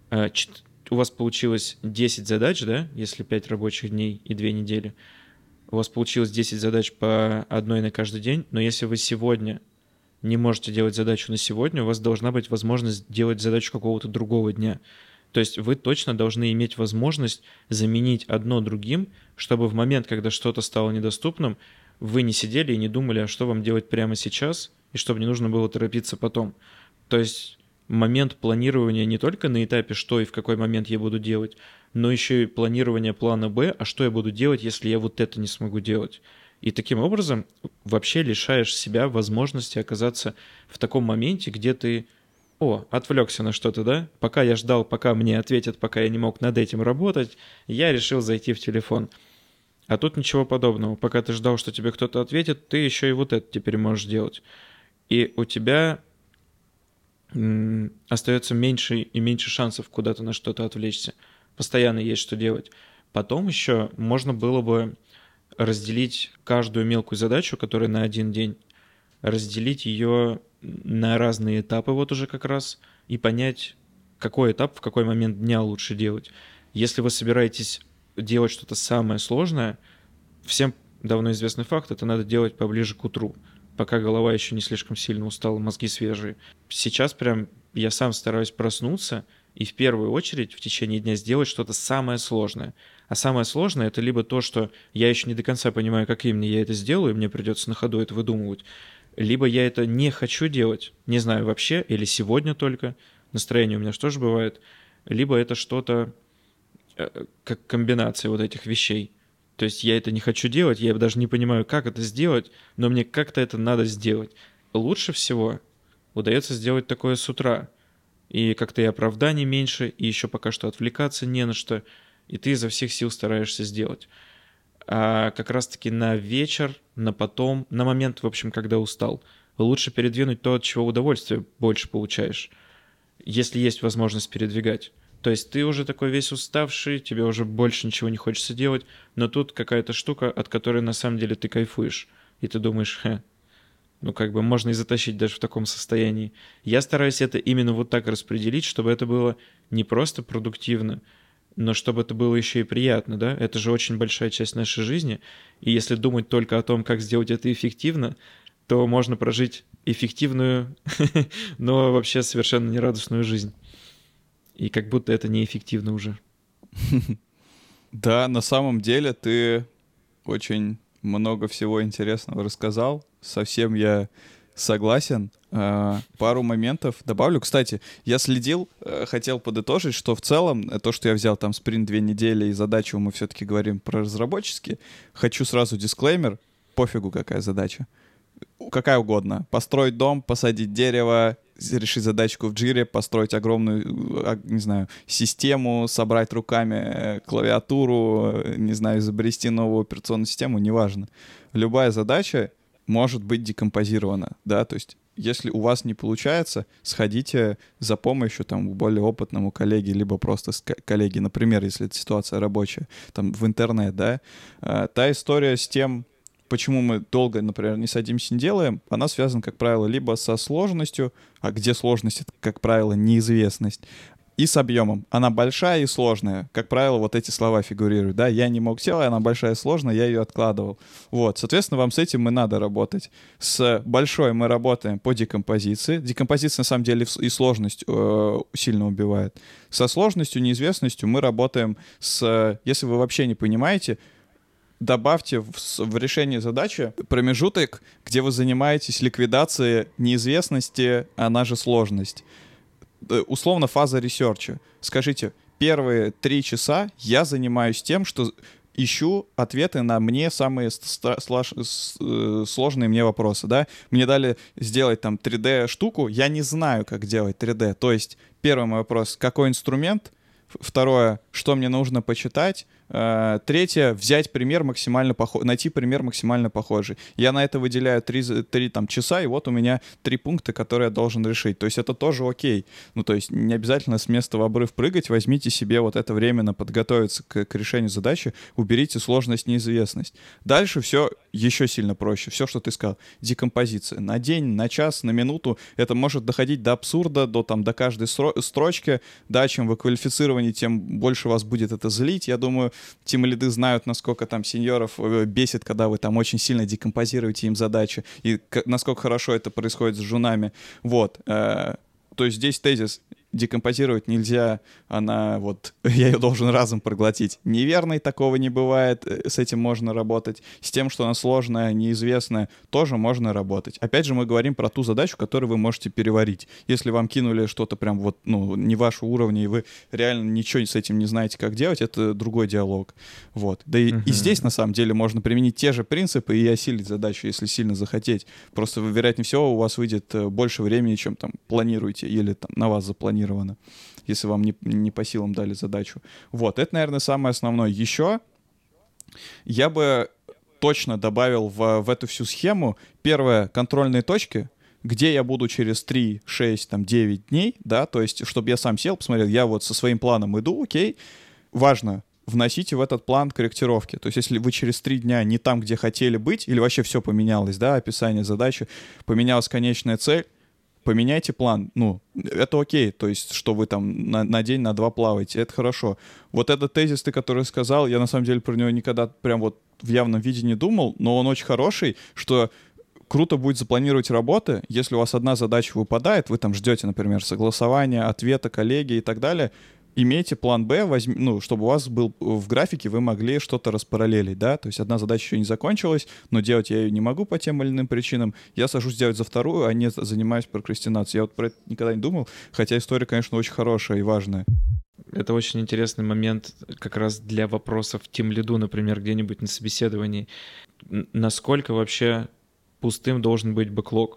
у вас получилось десять задач, да, если пять рабочих дней и две недели, у вас получилось десять задач по одной на каждый день, но если вы сегодня не можете делать задачу на сегодня, у вас должна быть возможность делать задачу какого-то другого дня. То есть вы точно должны иметь возможность заменить одно другим, чтобы в момент, когда что-то стало недоступным, вы не сидели и не думали, а что вам делать прямо сейчас, и чтобы не нужно было торопиться потом. То есть момент планирования не только на этапе, что и в какой момент я буду делать, но еще и планирование плана Б, а что я буду делать, если я вот это не смогу делать. И таким образом вообще лишаешь себя возможности оказаться в таком моменте, где ты, о, отвлекся на что-то, да? Пока я ждал, пока мне ответят, пока я не мог над этим работать, я решил зайти в телефон. А тут ничего подобного. Пока ты ждал, что тебе кто-то ответит, ты еще и вот это теперь можешь делать. И у тебя м, остается меньше и меньше шансов куда-то на что-то отвлечься. Постоянно есть что делать. Потом еще можно было бы разделить каждую мелкую задачу, которая на один день, разделить ее на разные этапы вот уже как раз и понять, какой этап в какой момент дня лучше делать. Если вы собираетесь делать что-то самое сложное, всем давно известный факт, это надо делать поближе к утру, пока голова еще не слишком сильно устала, мозги свежие. Сейчас прям я сам стараюсь проснуться и в первую очередь в течение дня сделать что-то самое сложное. А самое сложное — это либо то, что я еще не до конца понимаю, как именно я это сделаю, и мне придется на ходу это выдумывать, либо я это не хочу делать, не знаю вообще, или сегодня только, настроение у меня же тоже бывает, либо это что-то э, как комбинация вот этих вещей. То есть я это не хочу делать, я даже не понимаю, как это сделать, но мне как-то это надо сделать. Лучше всего удается сделать такое с утра. И как-то и оправданий меньше, и еще пока что отвлекаться не на что, и ты изо всех сил стараешься сделать. А как раз-таки на вечер, на потом, на момент, в общем, когда устал, лучше передвинуть то, от чего удовольствие больше получаешь, если есть возможность передвигать. То есть ты уже такой весь уставший, тебе уже больше ничего не хочется делать, но тут какая-то штука, от которой на самом деле ты кайфуешь. И ты думаешь, хе, ну как бы можно и затащить даже в таком состоянии. Я стараюсь это именно вот так распределить, чтобы это было не просто продуктивно, но чтобы это было еще и приятно, да? Это же очень большая часть нашей жизни, и если думать только о том, как сделать это эффективно, то можно прожить эффективную, но вообще совершенно нерадостную жизнь. И как будто это неэффективно уже. Да, на самом деле ты очень много всего интересного рассказал. Совсем я согласен. А, пару моментов добавлю. Кстати, я следил, э, хотел подытожить, что в целом э, то, что я взял там спринт две недели и задачу, мы все-таки говорим про разработческие. Хочу сразу дисклеймер. Пофигу, какая задача. Какая угодно. Построить дом, посадить дерево, решить задачку в джире, построить огромную, не знаю, систему, собрать руками клавиатуру, не знаю, изобрести новую операционную систему, неважно. Любая задача может быть декомпозирована, да, то есть если у вас не получается, сходите за помощью там к более опытному коллеге, либо просто с коллеги, например, если это ситуация рабочая, там в интернет, да. А, та история с тем, почему мы долго, например, не садимся, не делаем, она связана, как правило, либо со сложностью, а где сложность, это, как правило, неизвестность, и с объемом. Она большая и сложная. Как правило, вот эти слова фигурируют. Да, я не мог сделать, она большая и сложная, я ее откладывал. Вот, соответственно, вам с этим и надо работать. С большой мы работаем по декомпозиции. Декомпозиция, на самом деле, и сложность э, сильно убивает. Со сложностью, неизвестностью мы работаем с... Если вы вообще не понимаете, добавьте в, в решение задачи промежуток, где вы занимаетесь ликвидацией неизвестности, она же сложность. Условно фаза ресерча. Скажите, первые три часа я занимаюсь тем, что ищу ответы на мне самые сложные мне вопросы, да. Мне дали сделать там три дэ-штуку, я не знаю, как делать три дэ. То есть первый мой вопрос, какой инструмент? Второе, что мне нужно почитать? Третье, взять пример максимально похожий, найти пример максимально похожий. Я на это выделяю три, три там, часа, и вот у меня три пункта, которые я должен решить. То есть это тоже окей. Ну, то есть не обязательно с места в обрыв прыгать, возьмите себе вот это время на подготовиться к, к решению задачи, уберите сложность, неизвестность. Дальше все еще сильно проще. Все, что ты сказал. Декомпозиция. На день, на час, на минуту. Это может доходить до абсурда, до, там, до каждой строчки. Да, чем вы квалифицированы, тем больше вас будет это злить. Я думаю, тимлиды знают, насколько там сеньоров бесит, когда вы там очень сильно декомпозируете им задачи, и насколько хорошо это происходит с жунами. Вот. То есть здесь тезис: декомпозировать нельзя, она вот, я ее должен разом проглотить. Неверной такого не бывает, с этим можно работать. С тем, что она сложная, неизвестная, тоже можно работать. Опять же, мы говорим про ту задачу, которую вы можете переварить. Если вам кинули что-то прям вот, ну, не вашего уровня, и вы реально ничего с этим не знаете, как делать, это другой диалог. Вот. Да и, uh-huh. и здесь, на самом деле, можно применить те же принципы и осилить задачу, если сильно захотеть. Просто, вероятнее всего, у вас выйдет больше времени, чем там планируете, или там на вас запланировано, если вам не, не по силам дали задачу. Вот, это, наверное, самое основное. Еще Я бы точно добавил в, в эту всю схему первое — контрольные точки, где я буду через три, шесть, там, девять дней, да, то есть, чтобы я сам сел, посмотрел, я вот со своим планом иду, окей, важно, вносите в этот план корректировки. То есть, если вы через три дня не там, где хотели быть, или вообще все поменялось, да, описание задачи, поменялась конечная цель, поменяйте план. Ну, это окей, то есть, что вы там на, на день, на два плаваете, это хорошо. Вот этот тезис, ты, который сказал, я на самом деле про него никогда прям вот в явном виде не думал, но он очень хороший, что круто будет запланировать работы, если у вас одна задача выпадает, вы там ждете, например, согласования, ответа коллеги и так далее, имейте план Б, возьми, ну, чтобы у вас был в графике, вы могли что-то распараллелить, да, то есть одна задача еще не закончилась, но делать я ее не могу по тем или иным причинам, я сажусь делать за вторую, а не занимаюсь прокрастинацией. Я вот про это никогда не думал, хотя история, конечно, очень хорошая и важная. Это очень интересный момент как раз для вопросов тимлиду, например, где-нибудь на собеседовании. Н- Насколько вообще пустым должен быть бэклог?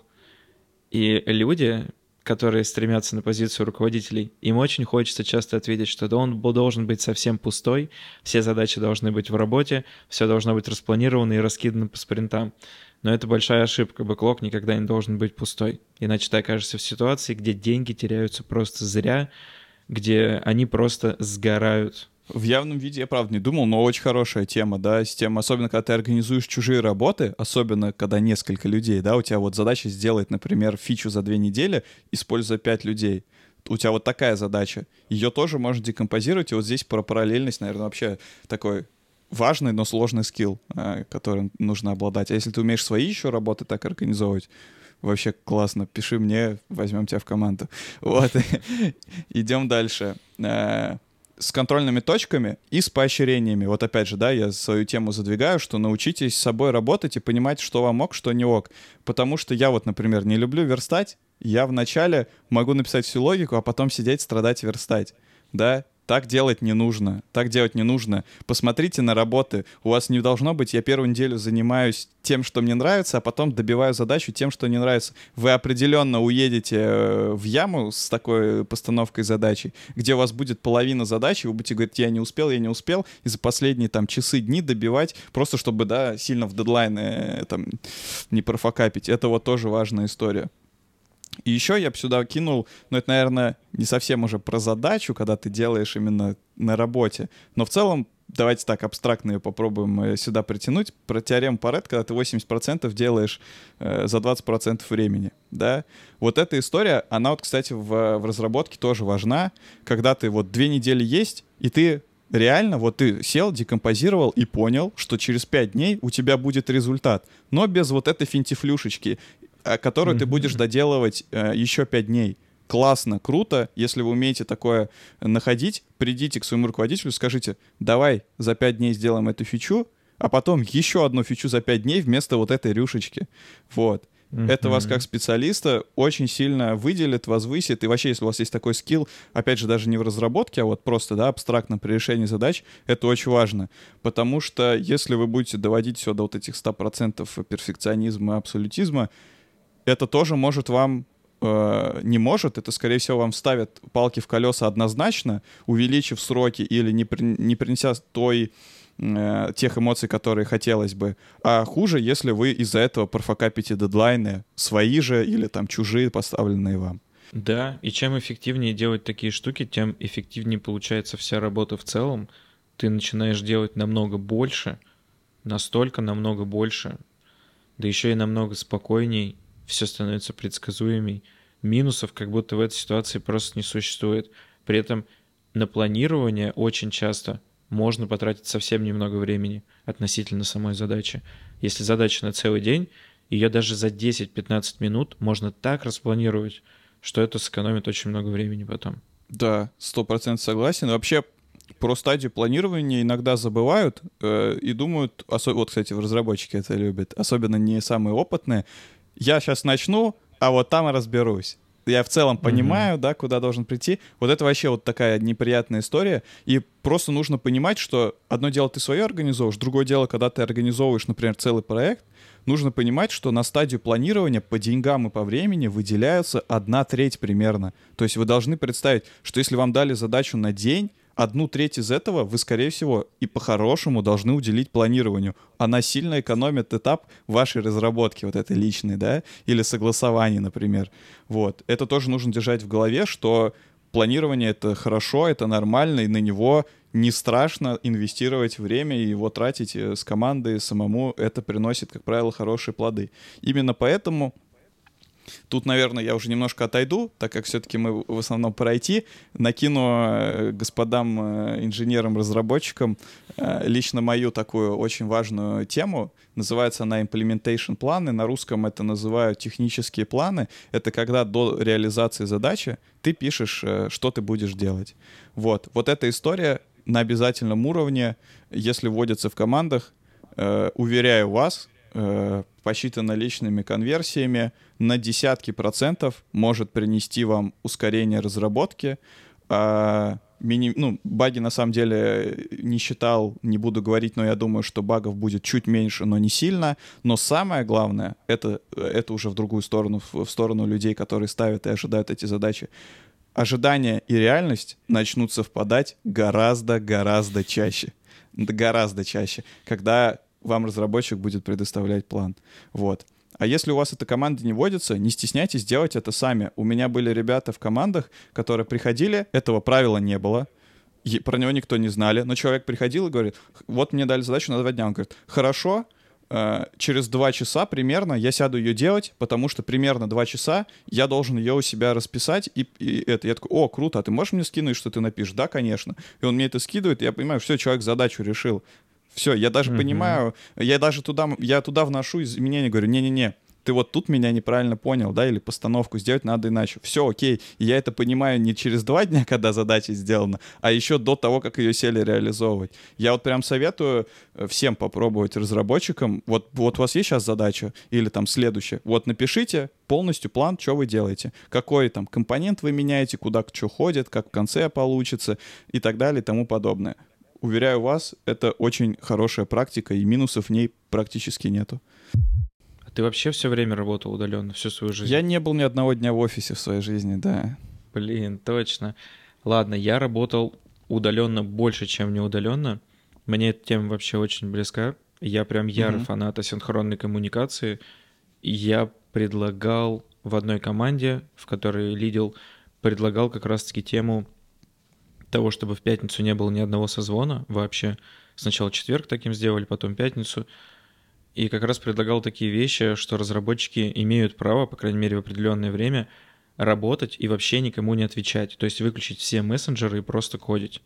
И люди, которые стремятся на позицию руководителей, им очень хочется часто ответить, что да, он бо- должен быть совсем пустой, все задачи должны быть в работе, все должно быть распланировано и раскидано по спринтам. Но это большая ошибка. Бэклог никогда не должен быть пустой. Иначе ты окажешься в ситуации, где деньги теряются просто зря, где они просто сгорают. В явном виде я, правда, не думал, но очень хорошая тема, да, система, особенно когда ты организуешь чужие работы, особенно когда несколько людей, да, у тебя вот задача сделать, например, фичу за две недели, используя пять людей. У тебя вот такая задача. Ее тоже можно декомпозировать, и вот здесь про параллельность, наверное, вообще такой важный, но сложный скилл, а, которым нужно обладать. А если ты умеешь свои еще работы так организовывать, вообще классно, пиши мне, возьмем тебя в команду. Вот, идем дальше. Э, С контрольными точками и с поощрениями. Вот опять же, да, я свою тему задвигаю, что научитесь с собой работать и понимать, что вам ок, что не ок. Потому что я вот, например, не люблю верстать. Я вначале могу написать всю логику, а потом сидеть, страдать, верстать. Да? Так делать не нужно. Так делать не нужно. Посмотрите на работы. У вас не должно быть, я первую неделю занимаюсь тем, что мне нравится, а потом добиваю задачу тем, что не нравится. Вы определенно уедете э, в яму с такой постановкой задачи, где у вас будет половина задачи, вы будете говорить, я не успел, я не успел, и за последние там часы, дни добивать, просто чтобы, да, сильно в дедлайны э, там не профокапить. Это вот тоже важная история. И еще я бы сюда кинул, ну это, наверное, не совсем уже про задачу, когда ты делаешь именно на работе, но в целом, давайте так абстрактно ее попробуем сюда притянуть, про теорему Парето, когда ты восемьдесят процентов делаешь э, за двадцать процентов времени, да. Вот эта история, она вот, кстати, в, в разработке тоже важна, когда ты вот две недели есть, и ты реально, вот ты сел, декомпозировал и понял, что через пять дней у тебя будет результат, но без вот этой финтифлюшечки, которую mm-hmm. ты будешь доделывать э, еще пять дней. Классно, круто. Если вы умеете такое находить, придите к своему руководителю, скажите, давай за пять дней сделаем эту фичу, а потом еще одну фичу за пять дней вместо вот этой рюшечки. Вот. Mm-hmm. Это вас как специалиста очень сильно выделит, возвысит. И вообще, если у вас есть такой скилл, опять же, даже не в разработке, а вот просто, да, абстрактно при решении задач, это очень важно. Потому что если вы будете доводить все до вот этих ста процентов перфекционизма и абсолютизма, это тоже может вам, э, не может, это, скорее всего, вам ставят палки в колеса однозначно, увеличив сроки или не, при, не принеся той, э, тех эмоций, которые хотелось бы. А хуже, если вы из-за этого профокапите дедлайны, свои же или там чужие, поставленные вам. Да, и чем эффективнее делать такие штуки, тем эффективнее получается вся работа в целом. Ты начинаешь делать намного больше, настолько намного больше, да еще и намного спокойней. Все становится предсказуемей. Минусов как будто в этой ситуации просто не существует. При этом на планирование очень часто можно потратить совсем немного времени относительно самой задачи. Если задача на целый день, ее даже за десять-пятнадцать минут можно так распланировать, что это сэкономит очень много времени потом. Да, сто процентов согласен. Вообще, про стадию планирования иногда забывают э, и думают, осо- вот, кстати, в разработчике это любят, особенно не самые опытные, я сейчас начну, а вот там и разберусь. Я в целом понимаю, mm-hmm. да, куда должен прийти. Вот это вообще вот такая неприятная история. И просто нужно понимать, что одно дело ты свое организовываешь, другое дело, когда ты организовываешь, например, целый проект, нужно понимать, что на стадию планирования по деньгам и по времени выделяется одна треть примерно. То есть вы должны представить, что если вам дали задачу на день, одну треть из этого вы, скорее всего, и по-хорошему должны уделить планированию. Она сильно экономит этап вашей разработки, вот этой личной, да, или согласования, например. Вот. Это тоже нужно держать в голове, что планирование — это хорошо, это нормально, и на него не страшно инвестировать время и его тратить с командой самому. Это приносит, как правило, хорошие плоды. Именно поэтому... Тут, наверное, я уже немножко отойду, так как все-таки мы в основном про ай ти. Накину господам инженерам-разработчикам лично мою такую очень важную тему. Называется она implementation планы. На русском это называют технические планы. Это когда до реализации задачи ты пишешь, что ты будешь делать. Вот, вот эта история на обязательном уровне, если вводится в командах, уверяю вас, посчитано личными конверсиями, на десятки процентов может принести вам ускорение разработки. А, мини, ну, баги на самом деле не считал, не буду говорить, но я думаю, что багов будет чуть меньше, но не сильно. Но самое главное, это, это уже в другую сторону, в сторону людей, которые ставят и ожидают эти задачи. Ожидания и реальность начнут совпадать гораздо-гораздо чаще. Гораздо чаще, когда вам разработчик будет предоставлять план. Вот. А если у вас эта команда не водится, не стесняйтесь делать это сами. У меня были ребята в командах, которые приходили, этого правила не было, про него никто не знали, но человек приходил и говорит, вот мне дали задачу на два дня. Он говорит, хорошо, через два часа примерно я сяду ее делать, потому что примерно два часа я должен ее у себя расписать, и, и это. Я такой, о, круто, а ты можешь мне скинуть, что ты напишешь? Да, конечно. И он мне это скидывает, и я понимаю, все, человек задачу решил. Все, я даже mm-hmm. понимаю, я даже туда, я туда вношу изменения, говорю, не-не-не, ты вот тут меня неправильно понял, да, или постановку сделать надо иначе. Все, окей, и я это понимаю не через два дня, когда задача сделана, а еще до того, как ее сели реализовывать. Я вот прям советую всем попробовать разработчикам, вот, вот у вас есть сейчас задача, или там следующая, вот напишите полностью план, что вы делаете, какой там компонент вы меняете, куда что ходит, как в конце получится и так далее и тому подобное. Уверяю вас, это очень хорошая практика, и минусов в ней практически нету. А ты вообще все время работал удаленно, всю свою жизнь? Я не был ни одного дня в офисе в своей жизни, да. Блин, точно. Ладно, я работал удаленно больше, чем не удаленно. Мне эта тема вообще очень близка. Я прям ярый mm-hmm. фанат асинхронной коммуникации. Я предлагал в одной команде, в которой лидил, предлагал как раз-таки тему того, чтобы в пятницу не было ни одного созвона вообще. Сначала четверг таким сделали, потом пятницу. И как раз предлагал такие вещи, что разработчики имеют право, по крайней мере, в определенное время работать и вообще никому не отвечать. То есть выключить все мессенджеры и просто кодить.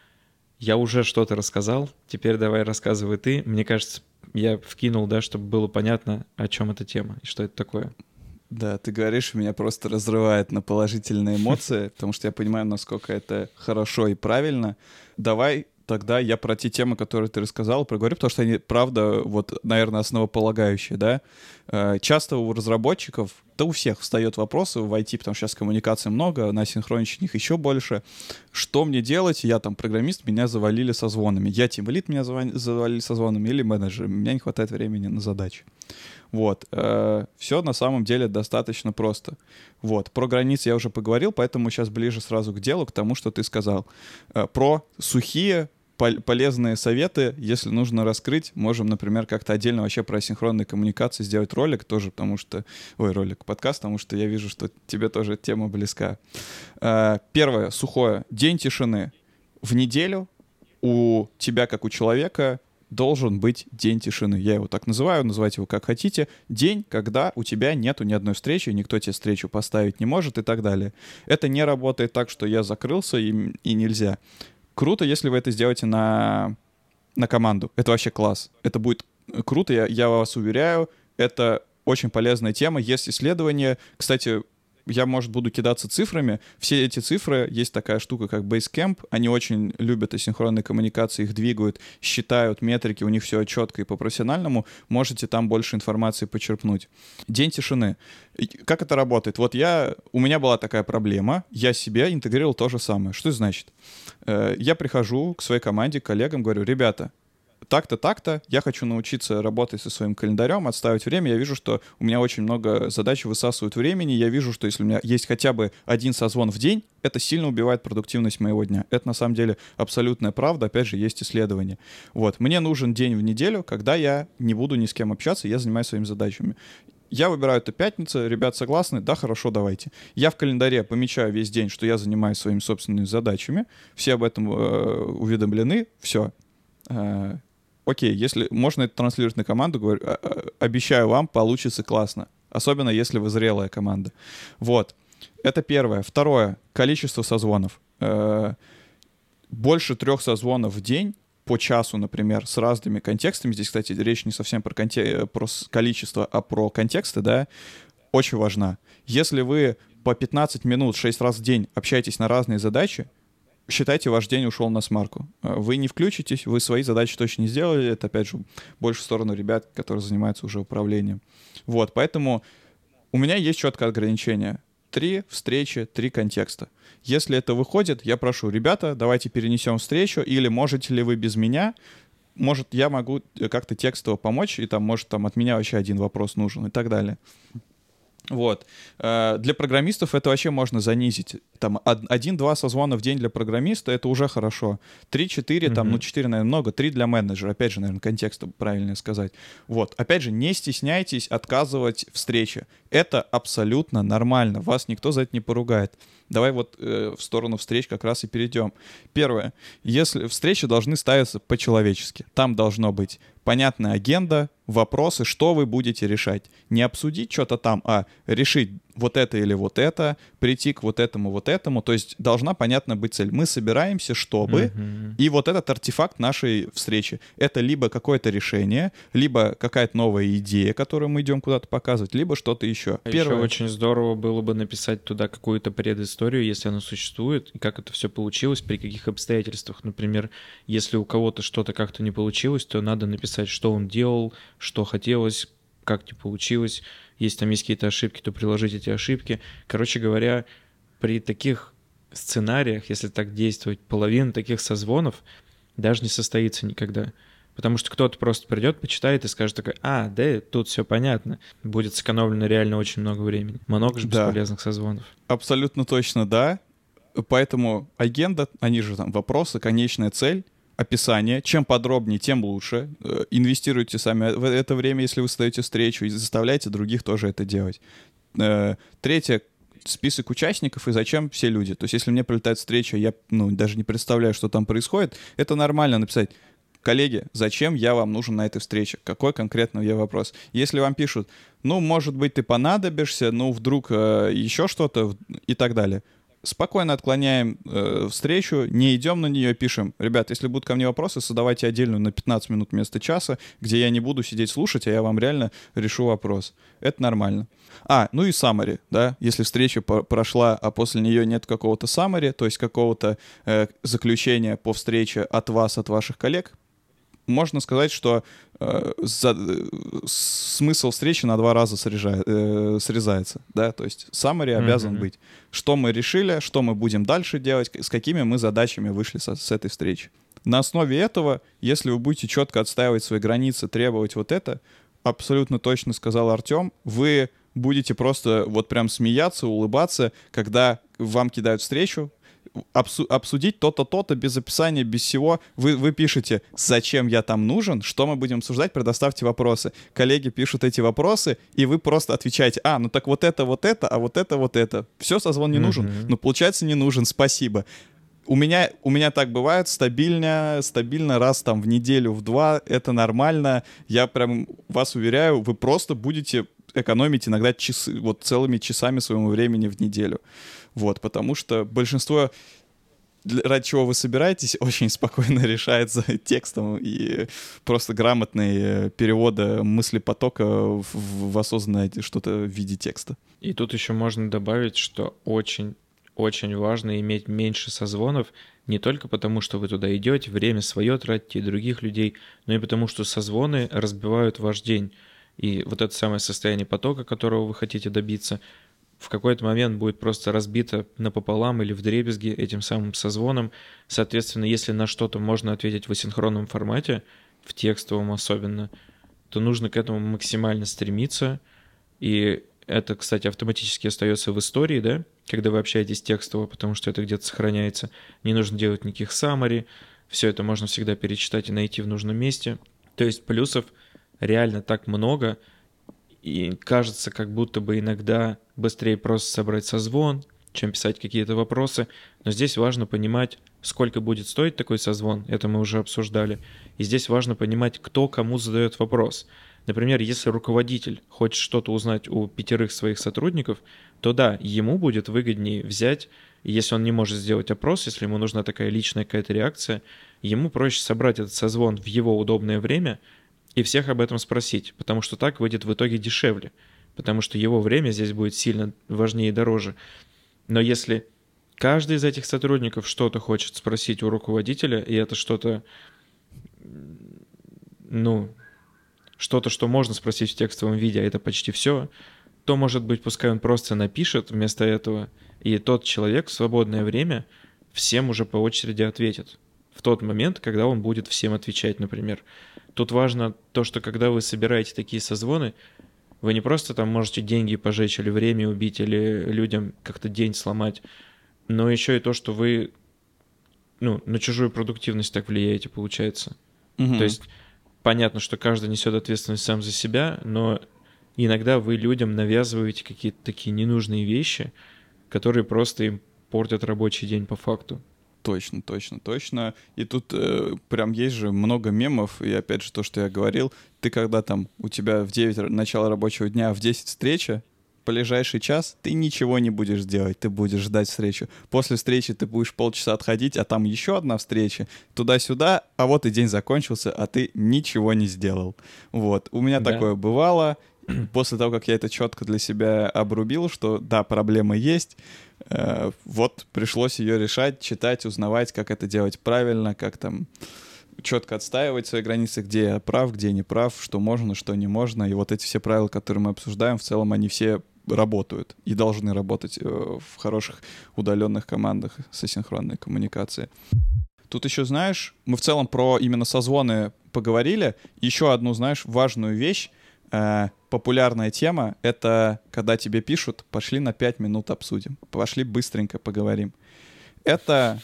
Я уже что-то рассказал, теперь давай рассказывай ты. Мне кажется, я вкинул, да, чтобы было понятно, о чем эта тема и что это такое. Да, ты говоришь, меня просто разрывает на положительные эмоции, потому что я понимаю, насколько это хорошо и правильно. Давай тогда я про те темы, которые ты рассказал, проговорю, потому что они, правда, вот, наверное, основополагающие, да. Часто у разработчиков, да у всех встает вопрос в ай ти, потому что сейчас коммуникаций много, на синхроничных них еще больше. Что мне делать? Я там программист, меня завалили созвонами. Я тимлид, меня завалили созвонами, или менеджер. У меня не хватает времени на задачи. Вот. Все на самом деле достаточно просто. Вот. Про границы я уже поговорил, поэтому сейчас ближе сразу к делу, к тому, что ты сказал. Про сухие полезные советы, если нужно раскрыть, можем, например, как-то отдельно вообще про асинхронные коммуникации сделать ролик тоже, потому что... Ой, ролик, подкаст, потому что я вижу, что тебе тоже эта тема близка. Первое, сухое. День тишины. В неделю у тебя, как у человека, должен быть день тишины. Я его так называю, называйте его как хотите. День, когда у тебя нету ни одной встречи, никто тебе встречу поставить не может и так далее. Это не работает так, что я закрылся и, и нельзя. Круто, если вы это сделаете на, на команду. Это вообще класс. Это будет круто, я, я вас уверяю. Это очень полезная тема. Есть исследования. Кстати, я, может, буду кидаться цифрами. Все эти цифры, есть такая штука, как Basecamp. Они очень любят асинхронные коммуникации, их двигают, считают метрики, у них все четко и по-профессиональному. Можете там больше информации почерпнуть. День тишины. Как это работает? Вот я, у меня была такая проблема, я себе интегрировал то же самое. Что это значит? Я прихожу к своей команде, к коллегам, говорю, ребята, так-то, так-то, я хочу научиться работать со своим календарем, отставить время, я вижу, что у меня очень много задач высасывают времени, я вижу, что если у меня есть хотя бы один созвон в день, это сильно убивает продуктивность моего дня. Это на самом деле абсолютная правда, опять же, есть исследования. Вот, мне нужен день в неделю, когда я не буду ни с кем общаться, я занимаюсь своими задачами. Я выбираю это пятница, ребят согласны? Да, хорошо, давайте. Я в календаре помечаю весь день, что я занимаюсь своими собственными задачами, все об этом э, уведомлены, все. Э, окей, если можно это транслировать на команду, говорю, э, э, обещаю вам, получится классно. Особенно, если вы зрелая команда. Вот. Это первое. Второе. Количество созвонов. Э, больше трех созвонов в день, по часу, например, с разными контекстами. Здесь, кстати, речь не совсем про, конте... про количество, а про контексты, да, очень важна. Если вы по пятнадцать минут шесть раз в день общаетесь на разные задачи, считайте, ваш день ушел на смарку. Вы не включитесь, вы свои задачи точно не сделали. Это, опять же, больше в сторону ребят, которые занимаются уже управлением. Вот, поэтому у меня есть четкое ограничение. Три встречи, три контекста. Если это выходит, я прошу, ребята, давайте перенесем встречу, или можете ли вы без меня, может, я могу как-то текстово помочь, и там, может, там от меня вообще один вопрос нужен, и так далее. Вот. Для программистов это вообще можно занизить. Там один-два созвона в день для программиста — это уже хорошо. три-четыре, mm-hmm. там, ну, четыре, наверное, много. три для менеджера. Опять же, наверное, контекста правильно сказать. Вот. Опять же, не стесняйтесь отказывать встрече. Это абсолютно нормально. Вас никто за это не поругает. Давай вот э, в сторону встреч как раз и перейдем. Первое. Если встречи должны ставиться по-человечески. Там должно быть понятная агенда, вопросы, что вы будете решать. Не обсудить что-то там, а решить вот это или вот это, прийти к вот этому, вот этому. То есть должна понятна быть цель. Мы собираемся, чтобы... Mm-hmm. И вот этот артефакт нашей встречи. Это либо какое-то решение, либо какая-то новая идея, которую мы идем куда-то показывать, либо что-то еще. А Первое... еще очень здорово было бы написать туда какую-то предысторию, если она существует, и как это все получилось, при каких обстоятельствах. Например, если у кого-то что-то как-то не получилось, то надо написать, что он делал, что хотелось, как не получилось. Если там есть какие-то ошибки, то приложить эти ошибки. Короче говоря, при таких сценариях, если так действовать, половина таких созвонов даже не состоится никогда. Потому что кто-то просто придет, почитает и скажет такой: а, да, тут все понятно. Будет сэкономлено реально очень много времени. Много же да. бесполезных созвонов. Абсолютно точно, да. Поэтому агенда, они же там вопросы, конечная цель, описание. Чем подробнее, тем лучше. Инвестируйте сами в это время, если вы создаете встречу, и заставляйте других тоже это делать. Третье. Список участников и зачем все люди. То есть если мне прилетает встреча, я ну, даже не представляю, что там происходит, это нормально написать: коллеги, зачем я вам нужен на этой встрече? Какой конкретно я вопрос? Если вам пишут, ну, может быть, ты понадобишься, ну, вдруг э, еще что-то и так далее. Спокойно отклоняем э, встречу, не идем на нее, пишем: ребят, если будут ко мне вопросы, создавайте отдельную на пятнадцать минут вместо часа, где я не буду сидеть слушать, а я вам реально решу вопрос. Это нормально. А, ну и summary, да, если встреча по- прошла, а после нее нет какого-то summary, то есть какого-то э, заключения по встрече от вас, от ваших коллег, можно сказать, что э, за, э, смысл встречи на два раза срежа, э, срезается, да, то есть summary mm-hmm. обязан быть. Что мы решили, что мы будем дальше делать, с какими мы задачами вышли со, с этой встречи. На основе этого, если вы будете четко отстаивать свои границы, требовать вот это, абсолютно точно сказал Артем, вы будете просто вот прям смеяться, улыбаться, когда вам кидают встречу, Обсу- обсудить то-то, то-то, без описания, без всего. Вы, вы пишете, зачем я там нужен, что мы будем обсуждать, предоставьте вопросы. Коллеги пишут эти вопросы, и вы просто отвечаете: а, ну так вот это, вот это, а вот это, вот это. Все, созвон не нужен. Mm-hmm. Ну, получается, не нужен, спасибо. У меня, у меня так бывает стабильно, стабильно раз там в неделю, в два, это нормально. Я прям вас уверяю, вы просто будете экономить иногда часы, вот целыми часами своего времени в неделю. Вот, потому что большинство, ради чего вы собираетесь, очень спокойно решается текстом и просто грамотные переводы мыслепотока в, в осознанное что-то в виде текста. И тут еще можно добавить, что очень, очень важно иметь меньше созвонов, не только потому, что вы туда идете, время свое тратите и других людей, но и потому, что созвоны разбивают ваш день. И вот это самое состояние потока, которого вы хотите добиться, в какой-то момент будет просто разбито напополам или вдребезги этим самым созвоном. Соответственно, если на что-то можно ответить в асинхронном формате, в текстовом особенно, то нужно к этому максимально стремиться. И это, кстати, автоматически остается в истории, да, когда вы общаетесь текстово, потому что это где-то сохраняется. Не нужно делать никаких summary, все это можно всегда перечитать и найти в нужном месте. То есть плюсов реально так много, и кажется, как будто бы иногда быстрее просто собрать созвон, чем писать какие-то вопросы. Но здесь важно понимать, сколько будет стоить такой созвон, это мы уже обсуждали. И здесь важно понимать, кто кому задает вопрос. Например, если руководитель хочет что-то узнать у пятерых своих сотрудников, то да, ему будет выгоднее взять, если он не может сделать опрос, если ему нужна такая личная какая-то реакция, ему проще собрать этот созвон в его удобное время и всех об этом спросить, потому что так выйдет в итоге дешевле, потому что его время здесь будет сильно важнее и дороже. Но если каждый из этих сотрудников что-то хочет спросить у руководителя, и это что-то, ну, что-то, что можно спросить в текстовом виде, а это почти все, то, может быть, пускай он просто напишет вместо этого, и тот человек в свободное время всем уже по очереди ответит. В тот момент, когда он будет всем отвечать, например. Тут важно то, что когда вы собираете такие созвоны, вы не просто там можете деньги пожечь или время убить, или людям как-то день сломать, но еще и то, что вы, ну, на чужую продуктивность так влияете, получается. Угу. То есть понятно, что каждый несет ответственность сам за себя, но иногда вы людям навязываете какие-то такие ненужные вещи, которые просто им портят рабочий день по факту. Точно, точно, точно. И тут э, прям есть же много мемов, и опять же то, что я говорил, ты когда там, у тебя в девять начало рабочего дня, а в десять встреча, по ближайший час ты ничего не будешь делать, ты будешь ждать встречу. После встречи ты будешь полчаса отходить, а там еще одна встреча, туда-сюда, а вот и день закончился, а ты ничего не сделал. Вот, у меня Да. такое бывало. После того, как я это четко для себя обрубил, что да, проблема есть, э, вот пришлось ее решать, читать, узнавать, как это делать правильно, как там четко отстаивать свои границы, где я прав, где не прав, что можно, что не можно. И вот эти все правила, которые мы обсуждаем, в целом они все работают и должны работать э, в хороших удаленных командах с асинхронной коммуникацией. Тут еще, знаешь, мы в целом про именно созвоны поговорили. Еще одну, знаешь, важную вещь. Э, популярная тема — это когда тебе пишут: пошли на пять минут обсудим, пошли быстренько поговорим. Это,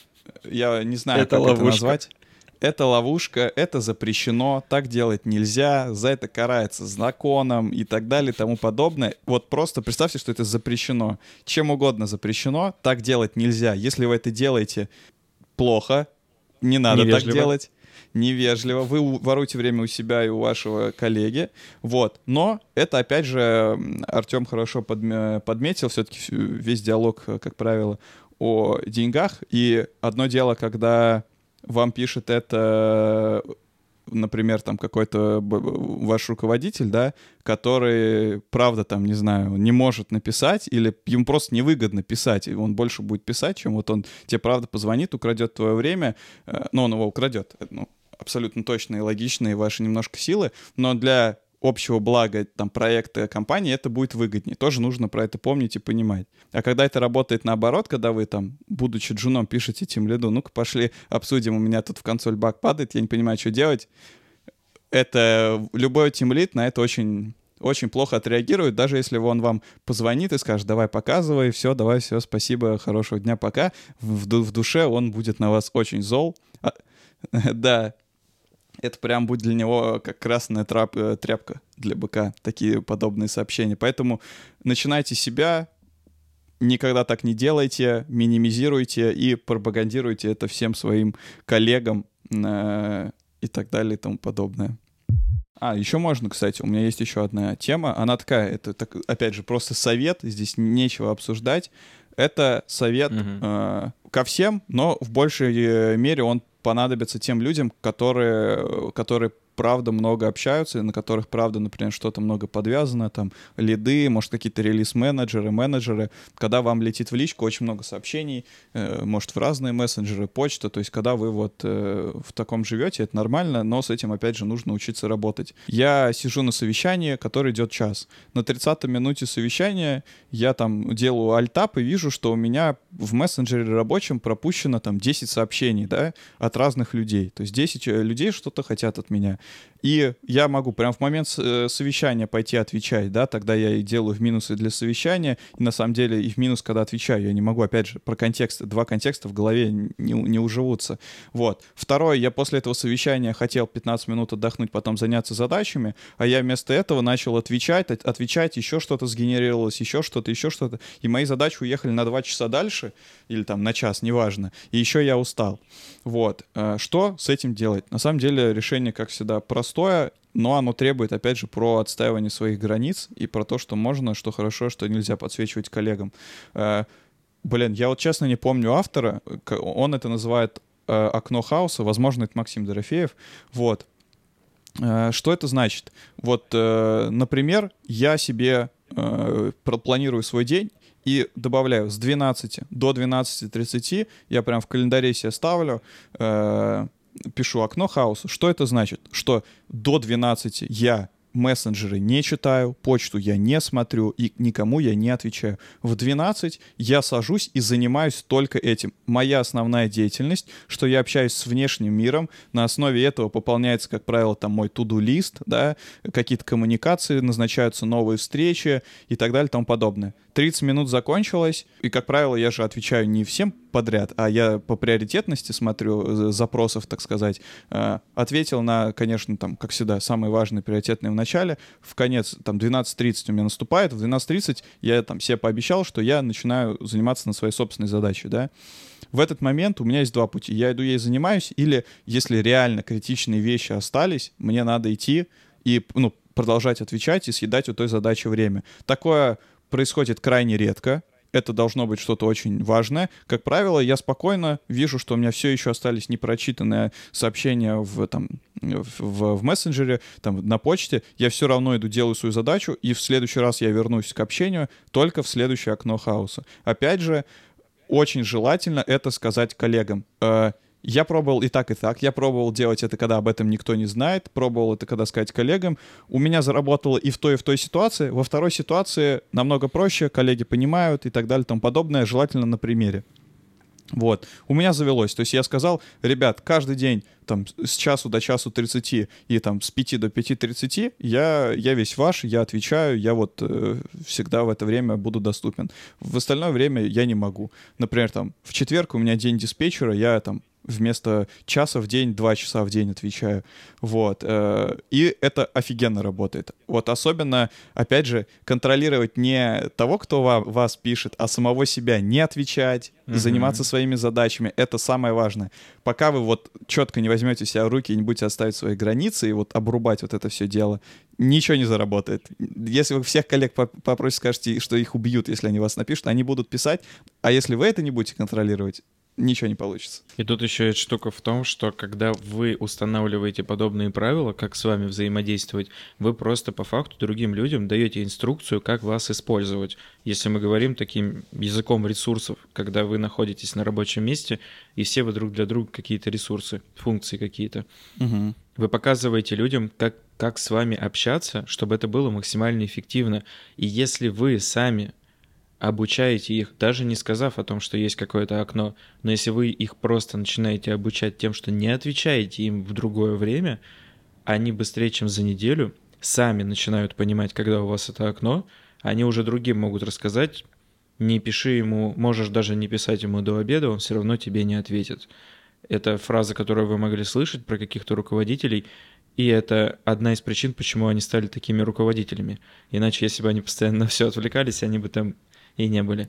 я не знаю, Это как ловушка. это назвать. Это ловушка, это запрещено, так делать нельзя, за это карается законом и так далее и тому подобное. Вот просто представьте, что это запрещено. Чем угодно запрещено, так делать нельзя. Если вы это делаете плохо, не надо Невежливо. так делать. Невежливо. Вы у- воруете время у себя и у вашего коллеги. Вот. Но это, опять же, м, Артем хорошо подме- подметил. Все-таки весь диалог, э, как правило, о деньгах. И одно дело, когда вам пишет это, например, там какой-то б- ваш руководитель, да, который, правда, там, не знаю, не может написать, или ему просто невыгодно писать, и он больше будет писать, чем вот он тебе, правда, позвонит, украдет твое время, э, но он его украдет, это, ну, абсолютно точно и логично, и ваши немножко силы, но для общего блага там проекта компании это будет выгоднее. Тоже нужно про это помнить и понимать. А когда это работает наоборот, когда вы там, будучи джуном, пишете тимлиду: ну-ка пошли обсудим, у меня тут в консоль баг падает, я не понимаю, что делать. Это любой тимлид на это очень, очень плохо отреагирует, даже если он вам позвонит и скажет: давай показывай, все, давай, все, спасибо, хорошего дня, пока. В, ду- в душе он будет на вас очень зол. А, да, это прям будет для него как красная трап, э, тряпка для быка, такие подобные сообщения. Поэтому начинайте с себя, никогда так не делайте, минимизируйте и пропагандируйте это всем своим коллегам э, и так далее и тому подобное. А, еще можно, кстати, у меня есть еще одна тема. Она такая, это, так, опять же, просто совет, здесь нечего обсуждать. Это совет Мгм. э, ко всем, но в большей э, мере он понадобится тем людям, которые, которые правда много общаются, на которых, правда, например, что-то много подвязано, там, лиды, может, какие-то релиз-менеджеры, менеджеры. Когда вам летит в личку очень много сообщений, э, может, в разные мессенджеры, почта, то есть когда вы вот э, в таком живете, это нормально, но с этим, опять же, нужно учиться работать. Я сижу на совещании, которое идет час. На тридцатой минуте совещания я там делаю альтап и вижу, что у меня в мессенджере рабочем пропущено там десять сообщений, да, от разных людей. То есть десять людей что-то хотят от меня. И я могу прям в момент совещания пойти отвечать, да, тогда я и делаю в минусы для совещания, и на самом деле и в минус, когда отвечаю, я не могу, опять же, про контекст, два контекста в голове не, не уживутся. Вот. Второе, я после этого совещания хотел пятнадцать минут отдохнуть, потом заняться задачами, а я вместо этого начал отвечать, отвечать, еще что-то сгенерировалось, еще что-то, еще что-то, и мои задачи уехали на два часа дальше, или там на час, неважно, и еще я устал. Вот. Что с этим делать? На самом деле решение, как всегда, простое, но оно требует, опять же, про отстаивание своих границ и про то, что можно, что хорошо, что нельзя подсвечивать коллегам. Блин, я вот честно не помню автора, он это называет «окно хаоса», возможно, это Максим Дорофеев. Вот. Что это значит? Вот, например, я себе планирую свой день и добавляю с двенадцати до двенадцати тридцати, я прям в календаре себе ставлю, э, пишу окно хаоса. Что это значит? Что до двенадцати я мессенджеры не читаю, почту я не смотрю и никому я не отвечаю. В двенадцать я сажусь и занимаюсь только этим. Моя основная деятельность, что я общаюсь с внешним миром, на основе этого пополняется, как правило, там мой to-do-лист, да, какие-то коммуникации, назначаются новые встречи и так далее и тому подобное. тридцать минут закончилось, и, как правило, я же отвечаю не всем подряд, а я по приоритетности смотрю запросов, так сказать. Ответил на, конечно, там, как всегда, самые важные приоритетные в начале. В конец, там, двенадцать тридцать у меня наступает. В двенадцать тридцать я там себе пообещал, что я начинаю заниматься на своей собственной задаче, да. В этот момент у меня есть два пути. Я иду ей занимаюсь, или, если реально критичные вещи остались, мне надо идти и, ну, продолжать отвечать и съедать у той задачи время. Такое происходит крайне редко. Это должно быть что-то очень важное. Как правило, я спокойно вижу, что у меня все еще остались непрочитанные сообщения в, там, в, в мессенджере, там, на почте. Я все равно иду, делаю свою задачу, и в следующий раз я вернусь к общению только в следующее окно хаоса. Опять же, очень желательно это сказать коллегам. Я пробовал и так, и так. Я пробовал делать это, когда об этом никто не знает. Пробовал это, когда сказать коллегам. У меня заработало и в той, и в той ситуации. Во второй ситуации намного проще. Коллеги понимают и так далее, и тому подобное. Желательно на примере. Вот. У меня завелось. То есть я сказал, ребят, каждый день там с часу до часу тридцати и там с пяти до пяти тридцати я, я весь ваш, я отвечаю, я вот э, всегда в это время буду доступен. В остальное время я не могу. Например, там в четверг у меня день диспетчера, я там вместо часа в день, два часа в день отвечаю. Вот. И это офигенно работает. Вот особенно, опять же, контролировать не того, кто вас пишет, а самого себя. Не отвечать, mm-hmm. заниматься своими задачами. Это самое важное. Пока вы вот четко не возьмете себя в руки и не будете отставить свои границы и вот обрубать вот это все дело, ничего не заработает. Если вы всех коллег попросите, скажете, что их убьют, если они вас напишут, они будут писать. А если вы это не будете контролировать, ничего не получится. И тут еще есть штука в том, что когда вы устанавливаете подобные правила, как с вами взаимодействовать, вы просто по факту другим людям даете инструкцию, как вас использовать. Если мы говорим таким языком ресурсов, когда вы находитесь на рабочем месте, и все вы друг для друга какие-то ресурсы, функции какие-то. Угу. Вы показываете людям, как, как с вами общаться, чтобы это было максимально эффективно. И если вы сами обучаете их, даже не сказав о том, что есть какое-то окно, но если вы их просто начинаете обучать тем, что не отвечаете им в другое время, они быстрее, чем за неделю, сами начинают понимать, когда у вас это окно, они уже другим могут рассказать, не пиши ему, можешь даже не писать ему до обеда, он все равно тебе не ответит. Это фраза, которую вы могли слышать про каких-то руководителей, и это одна из причин, почему они стали такими руководителями. Иначе, если бы они постоянно на все отвлекались, они бы там и не были.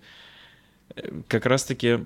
Как раз-таки,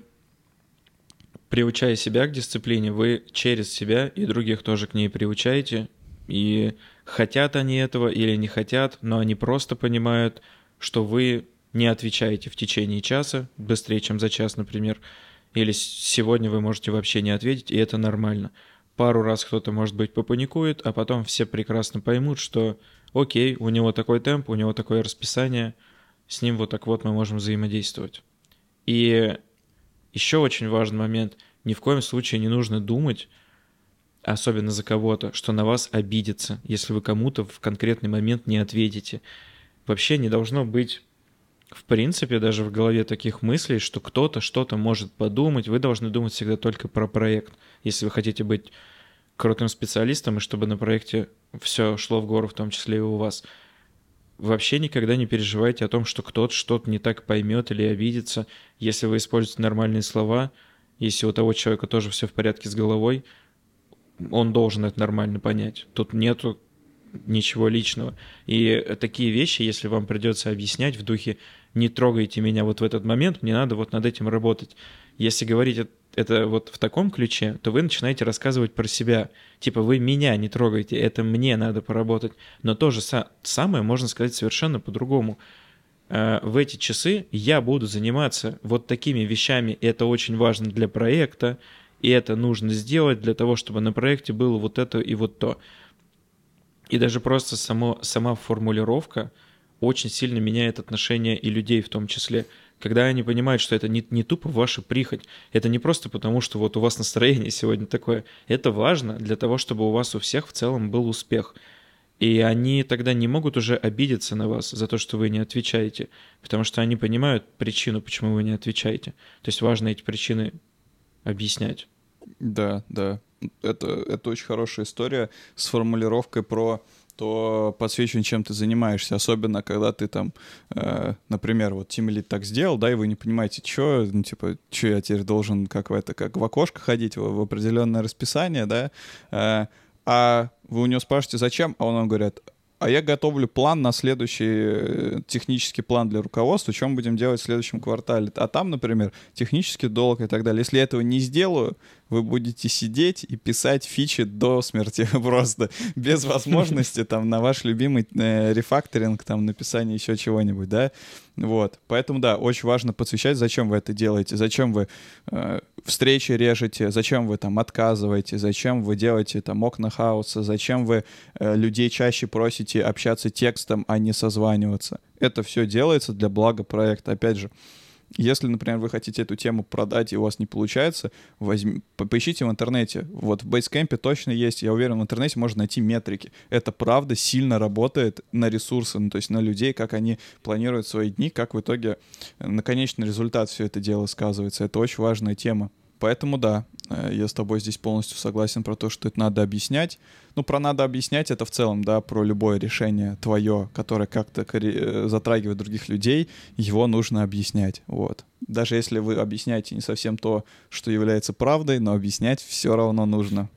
приучая себя к дисциплине, вы через себя и других тоже к ней приучаете. И хотят они этого или не хотят, но они просто понимают, что вы не отвечаете в течение часа, быстрее, чем за час, например. Или сегодня вы можете вообще не ответить, и это нормально. Пару раз кто-то, может быть, попаникует, а потом все прекрасно поймут, что окей, у него такой темп, у него такое расписание, с ним вот так вот мы можем взаимодействовать. И еще очень важный момент. Ни в коем случае не нужно думать, особенно за кого-то, что на вас обидится, если вы кому-то в конкретный момент не ответите. Вообще не должно быть, в принципе, даже в голове таких мыслей, что кто-то что-то может подумать. Вы должны думать всегда только про проект. Если вы хотите быть крутым специалистом, и чтобы на проекте все шло в гору, в том числе и у вас. Вообще никогда не переживайте о том, что кто-то что-то не так поймет или обидится. Если вы используете нормальные слова, если у того человека тоже все в порядке с головой, он должен это нормально понять. Тут нету ничего личного. И такие вещи, если вам придется объяснять в духе «не трогайте меня вот в этот момент, мне надо вот над этим работать». Если говорить это вот в таком ключе, то вы начинаете рассказывать про себя. Типа вы меня не трогайте, это мне надо поработать. Но то же самое можно сказать совершенно по-другому. В эти часы я буду заниматься вот такими вещами, и это очень важно для проекта, и это нужно сделать для того, чтобы на проекте было вот это и вот то. И даже просто само, сама формулировка очень сильно меняет отношение и людей в том числе. Когда они понимают, что это не, не тупо ваша прихоть, это не просто потому, что вот у вас настроение сегодня такое. Это важно для того, чтобы у вас у всех в целом был успех. И они тогда не могут уже обидеться на вас за то, что вы не отвечаете, потому что они понимают причину, почему вы не отвечаете. То есть важно эти причины объяснять. Да, да. Это, это очень хорошая история с формулировкой про то подсвечивание, чем ты занимаешься. Особенно, когда ты там, э, например, вот тимлид так сделал, да, и вы не понимаете, что, ну, типа, что я теперь должен, как в это, как в окошко ходить, в, в определенное расписание, да, э, а вы у него спрашиваете, зачем, а он вам говорит, а я готовлю план на следующий, технический план для руководства, что мы будем делать в следующем квартале. А там, например, технический долг и так далее. Если я этого не сделаю, вы будете сидеть и писать фичи до смерти просто, без возможности там на ваш любимый э, рефакторинг, там написание еще чего-нибудь, да. Вот, поэтому, да, очень важно подсвечать, зачем вы это делаете, зачем вы э, встречи режете, зачем вы там отказываете, зачем вы делаете там окна хаоса, зачем вы э, людей чаще просите общаться текстом, а не созваниваться. Это все делается для блага проекта. Опять же, если, например, вы хотите эту тему продать, и у вас не получается, возьми, по поищите в интернете. Вот в Basecamp точно есть, я уверен, в интернете можно найти метрики. Это правда сильно работает на ресурсы, ну, то есть на людей, как они планируют свои дни, как в итоге на конечный результат все это дело сказывается. Это очень важная тема. Поэтому да, я с тобой здесь полностью согласен про то, что это надо объяснять. Ну, про надо объяснять это в целом, да, про любое решение твое, которое как-то затрагивает других людей, его нужно объяснять, вот. Даже если вы объясняете не совсем то, что является правдой, но объяснять все равно нужно.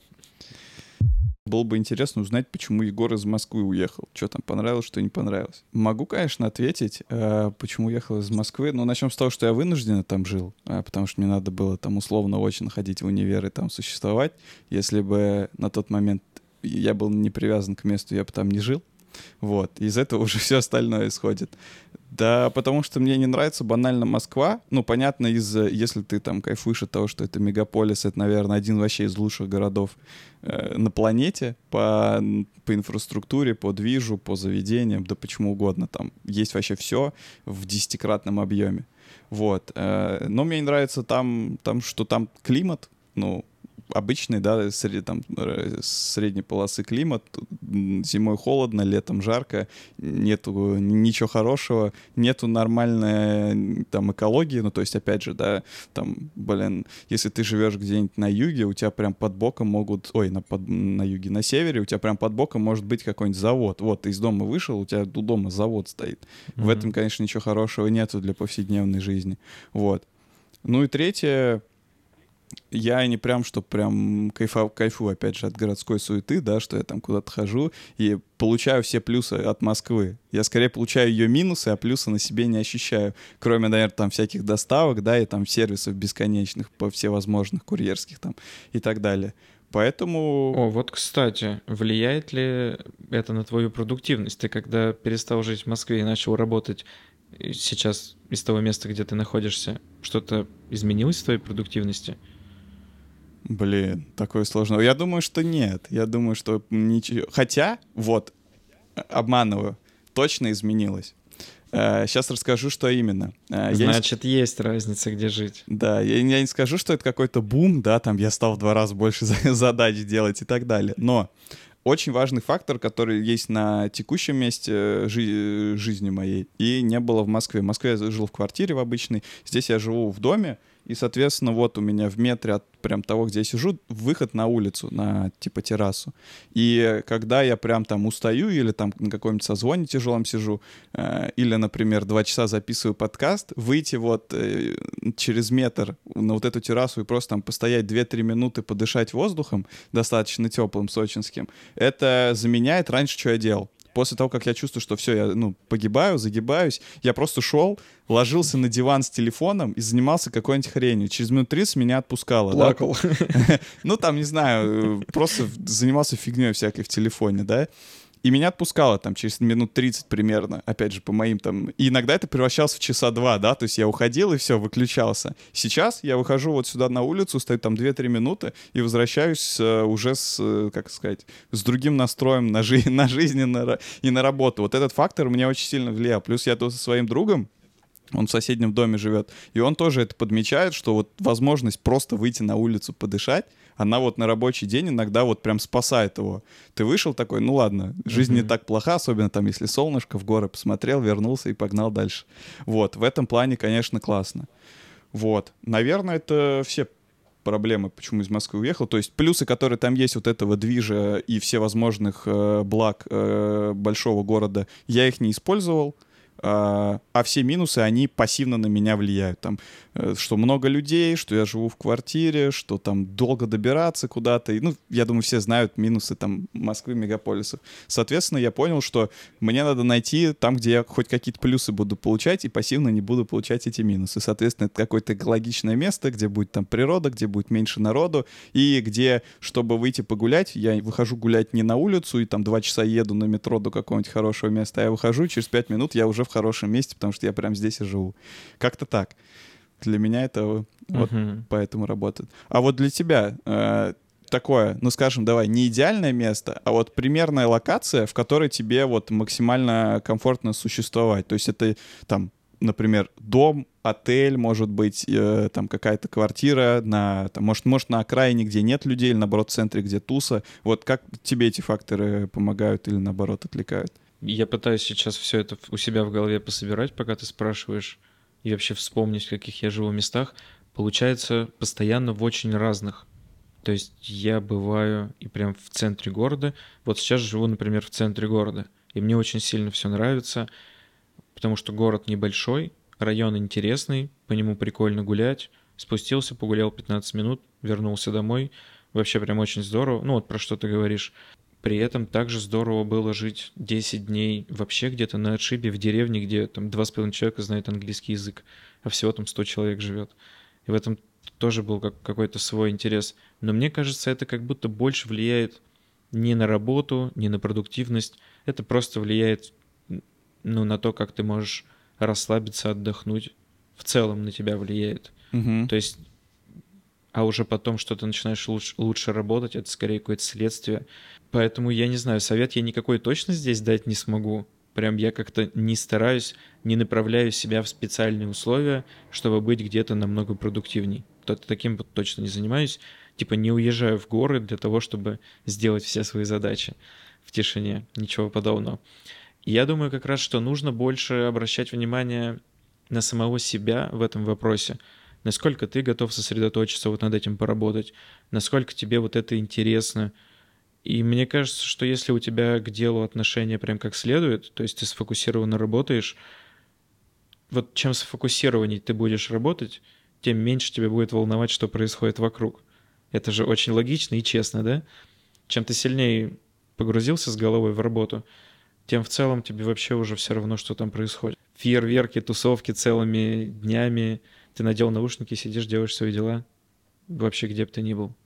Было бы интересно узнать, почему Егор из Москвы уехал. Что там понравилось, что не понравилось. Могу, конечно, ответить, э, почему уехал из Москвы. Но начнем с того, что я вынужденно там жил, э, потому что мне надо было там условно очно ходить в универ и там существовать. Если бы на тот момент я был не привязан к месту, я бы там не жил. Вот, из этого уже все остальное исходит. Да, потому что мне не нравится банально Москва. Ну, понятно, из если ты там кайфуешь от того, что это мегаполис, это, наверное, один вообще из лучших городов э, на планете по, по инфраструктуре, по движу, по заведениям, да почему угодно. Там есть вообще все в десятикратном объеме. Вот. Э, но мне не нравится там, там, что там климат, ну, обычный, да, сред, там, средней полосы климат, зимой холодно, летом жарко, нету ничего хорошего, нету нормальной там экологии, ну, то есть, опять же, да, там, блин, если ты живешь где-нибудь на юге, у тебя прям под боком могут, ой, на, под, на юге, на севере, у тебя прям под боком может быть какой-нибудь завод, вот, ты из дома вышел, у тебя у дома завод стоит, mm-hmm. В этом, конечно, ничего хорошего нету для повседневной жизни, вот. Ну и третье, я не прям, что прям кайфу, кайфу, опять же, от городской суеты, да, что я там куда-то хожу и получаю все плюсы от Москвы. Я скорее получаю ее минусы, а плюсы на себе не ощущаю. Кроме, наверное, там всяких доставок, да, и там сервисов бесконечных, по всевозможных, курьерских там и так далее. Поэтому... О, вот, кстати, влияет ли это на твою продуктивность? Ты когда перестал жить в Москве и начал работать сейчас из того места, где ты находишься, что-то изменилось в твоей продуктивности? Блин, такое сложное. Я думаю, что нет. Я думаю, что ничего... Хотя, вот, обманываю, точно изменилось. Сейчас расскажу, что именно. Значит, я не... есть разница, где жить. Да, я, я не скажу, что это какой-то бум, да, там я стал в два раза больше задач делать и так далее. Но очень важный фактор, который есть на текущем месте жи- жизни моей и не было в Москве. В Москве я жил в квартире в обычной, здесь я живу в доме, и, соответственно, вот у меня в метре от прям того, где я сижу, выход на улицу, на типа террасу. И когда я прям там устаю или там на каком-нибудь созвоне тяжелом сижу, э, или, например, два часа записываю подкаст, выйти вот э, через метр на вот эту террасу и просто там постоять две-три минуты, подышать воздухом, достаточно теплым, сочинским, это заменяет раньше, что я делал. После того, как я чувствую, что все, я, ну, погибаю, загибаюсь, я просто шел, ложился на диван с телефоном и занимался какой-нибудь хренью. Через минут тридцать меня отпускало. Плакал. Да? Ну, там, не знаю, просто занимался фигней всякой в телефоне, да. И меня отпускало там через минут тридцать примерно, опять же, по моим там... И иногда это превращалось в часа два, да, то есть я уходил и все, выключался. Сейчас я выхожу вот сюда на улицу, стою там две-три минуты и возвращаюсь э, уже с, э, как сказать, с другим настроем на, жи- на жизнь и на, и на работу. Вот этот фактор меня очень сильно влиял. Плюс я тут со своим другом, он в соседнем доме живет, и он тоже это подмечает, что вот возможность просто выйти на улицу подышать, она вот на рабочий день иногда вот прям спасает его. Ты вышел такой, ну ладно, жизнь mm-hmm. не так плоха, особенно там, если солнышко, в горы посмотрел, вернулся и погнал дальше. Вот, в этом плане, конечно, классно. Вот, наверное, это все проблемы, почему из Москвы уехал. То есть плюсы, которые там есть, вот этого движа и всевозможных э, благ э, большого города, я их не использовал. А, а все минусы, они пассивно на меня влияют. Там, что много людей, что я живу в квартире, что там долго добираться куда-то. И, ну, я думаю, все знают минусы там Москвы, мегаполисов. Соответственно, я понял, что мне надо найти там, где я хоть какие-то плюсы буду получать, и пассивно не буду получать эти минусы. Соответственно, это какое-то экологичное место, где будет там природа, где будет меньше народу, и где, чтобы выйти погулять, я выхожу гулять не на улицу, и там два часа еду на метро до какого-нибудь хорошего места, а я выхожу, через пять минут я уже в хорошем месте, потому что я прям здесь и живу. Как-то так. Для меня это вот uh-huh. поэтому работает. А вот для тебя э, такое, ну, скажем, давай, не идеальное место, а вот примерная локация, в которой тебе вот максимально комфортно существовать. То есть это там, например, дом, отель, может быть, э, там какая-то квартира, на, там, может, может, на окраине, где нет людей, или, наоборот, в центре, где туса. Вот как тебе эти факторы помогают или, наоборот, отвлекают? Я пытаюсь сейчас все это у себя в голове пособирать, пока ты спрашиваешь, и вообще вспомнить, в каких я живу местах. Получается, постоянно в очень разных. То есть я бываю и прям в центре города. Вот сейчас живу, например, в центре города. И мне очень сильно все нравится, потому что город небольшой, район интересный, по нему прикольно гулять. Спустился, погулял пятнадцать минут, вернулся домой. Вообще прям очень здорово. Ну вот про что ты говоришь. При этом также здорово было жить десять дней вообще где-то на отшибе в деревне, где там два с половиной человека знают английский язык, а всего там сто человек живет. И в этом тоже был как, какой-то свой интерес. Но мне кажется, это как будто больше влияет не на работу, не на продуктивность. Это просто влияет, ну, на то, как ты можешь расслабиться, отдохнуть. В целом на тебя влияет. Mm-hmm. То есть... А уже потом, что ты начинаешь лучше, лучше работать, это скорее какое-то следствие. Поэтому я не знаю, совет я никакой точно здесь дать не смогу. Прям я как-то не стараюсь, не направляю себя в специальные условия, чтобы быть где-то намного продуктивней. Таким вот точно не занимаюсь. Типа не уезжаю в горы для того, чтобы сделать все свои задачи в тишине. Ничего подобного. И я думаю как раз, что нужно больше обращать внимание на самого себя в этом вопросе. Насколько ты готов сосредоточиться вот над этим поработать, насколько тебе вот это интересно. И мне кажется, что если у тебя к делу отношения прям как следует, то есть ты сфокусированно работаешь, вот чем сфокусированней ты будешь работать, тем меньше тебе будет волновать, что происходит вокруг. Это же очень логично и честно, да? Чем ты сильнее погрузился с головой в работу, тем в целом тебе вообще уже все равно, что там происходит. Фейерверки, тусовки целыми днями, ты надел наушники, сидишь, делаешь свои дела, вообще где бы ты ни был.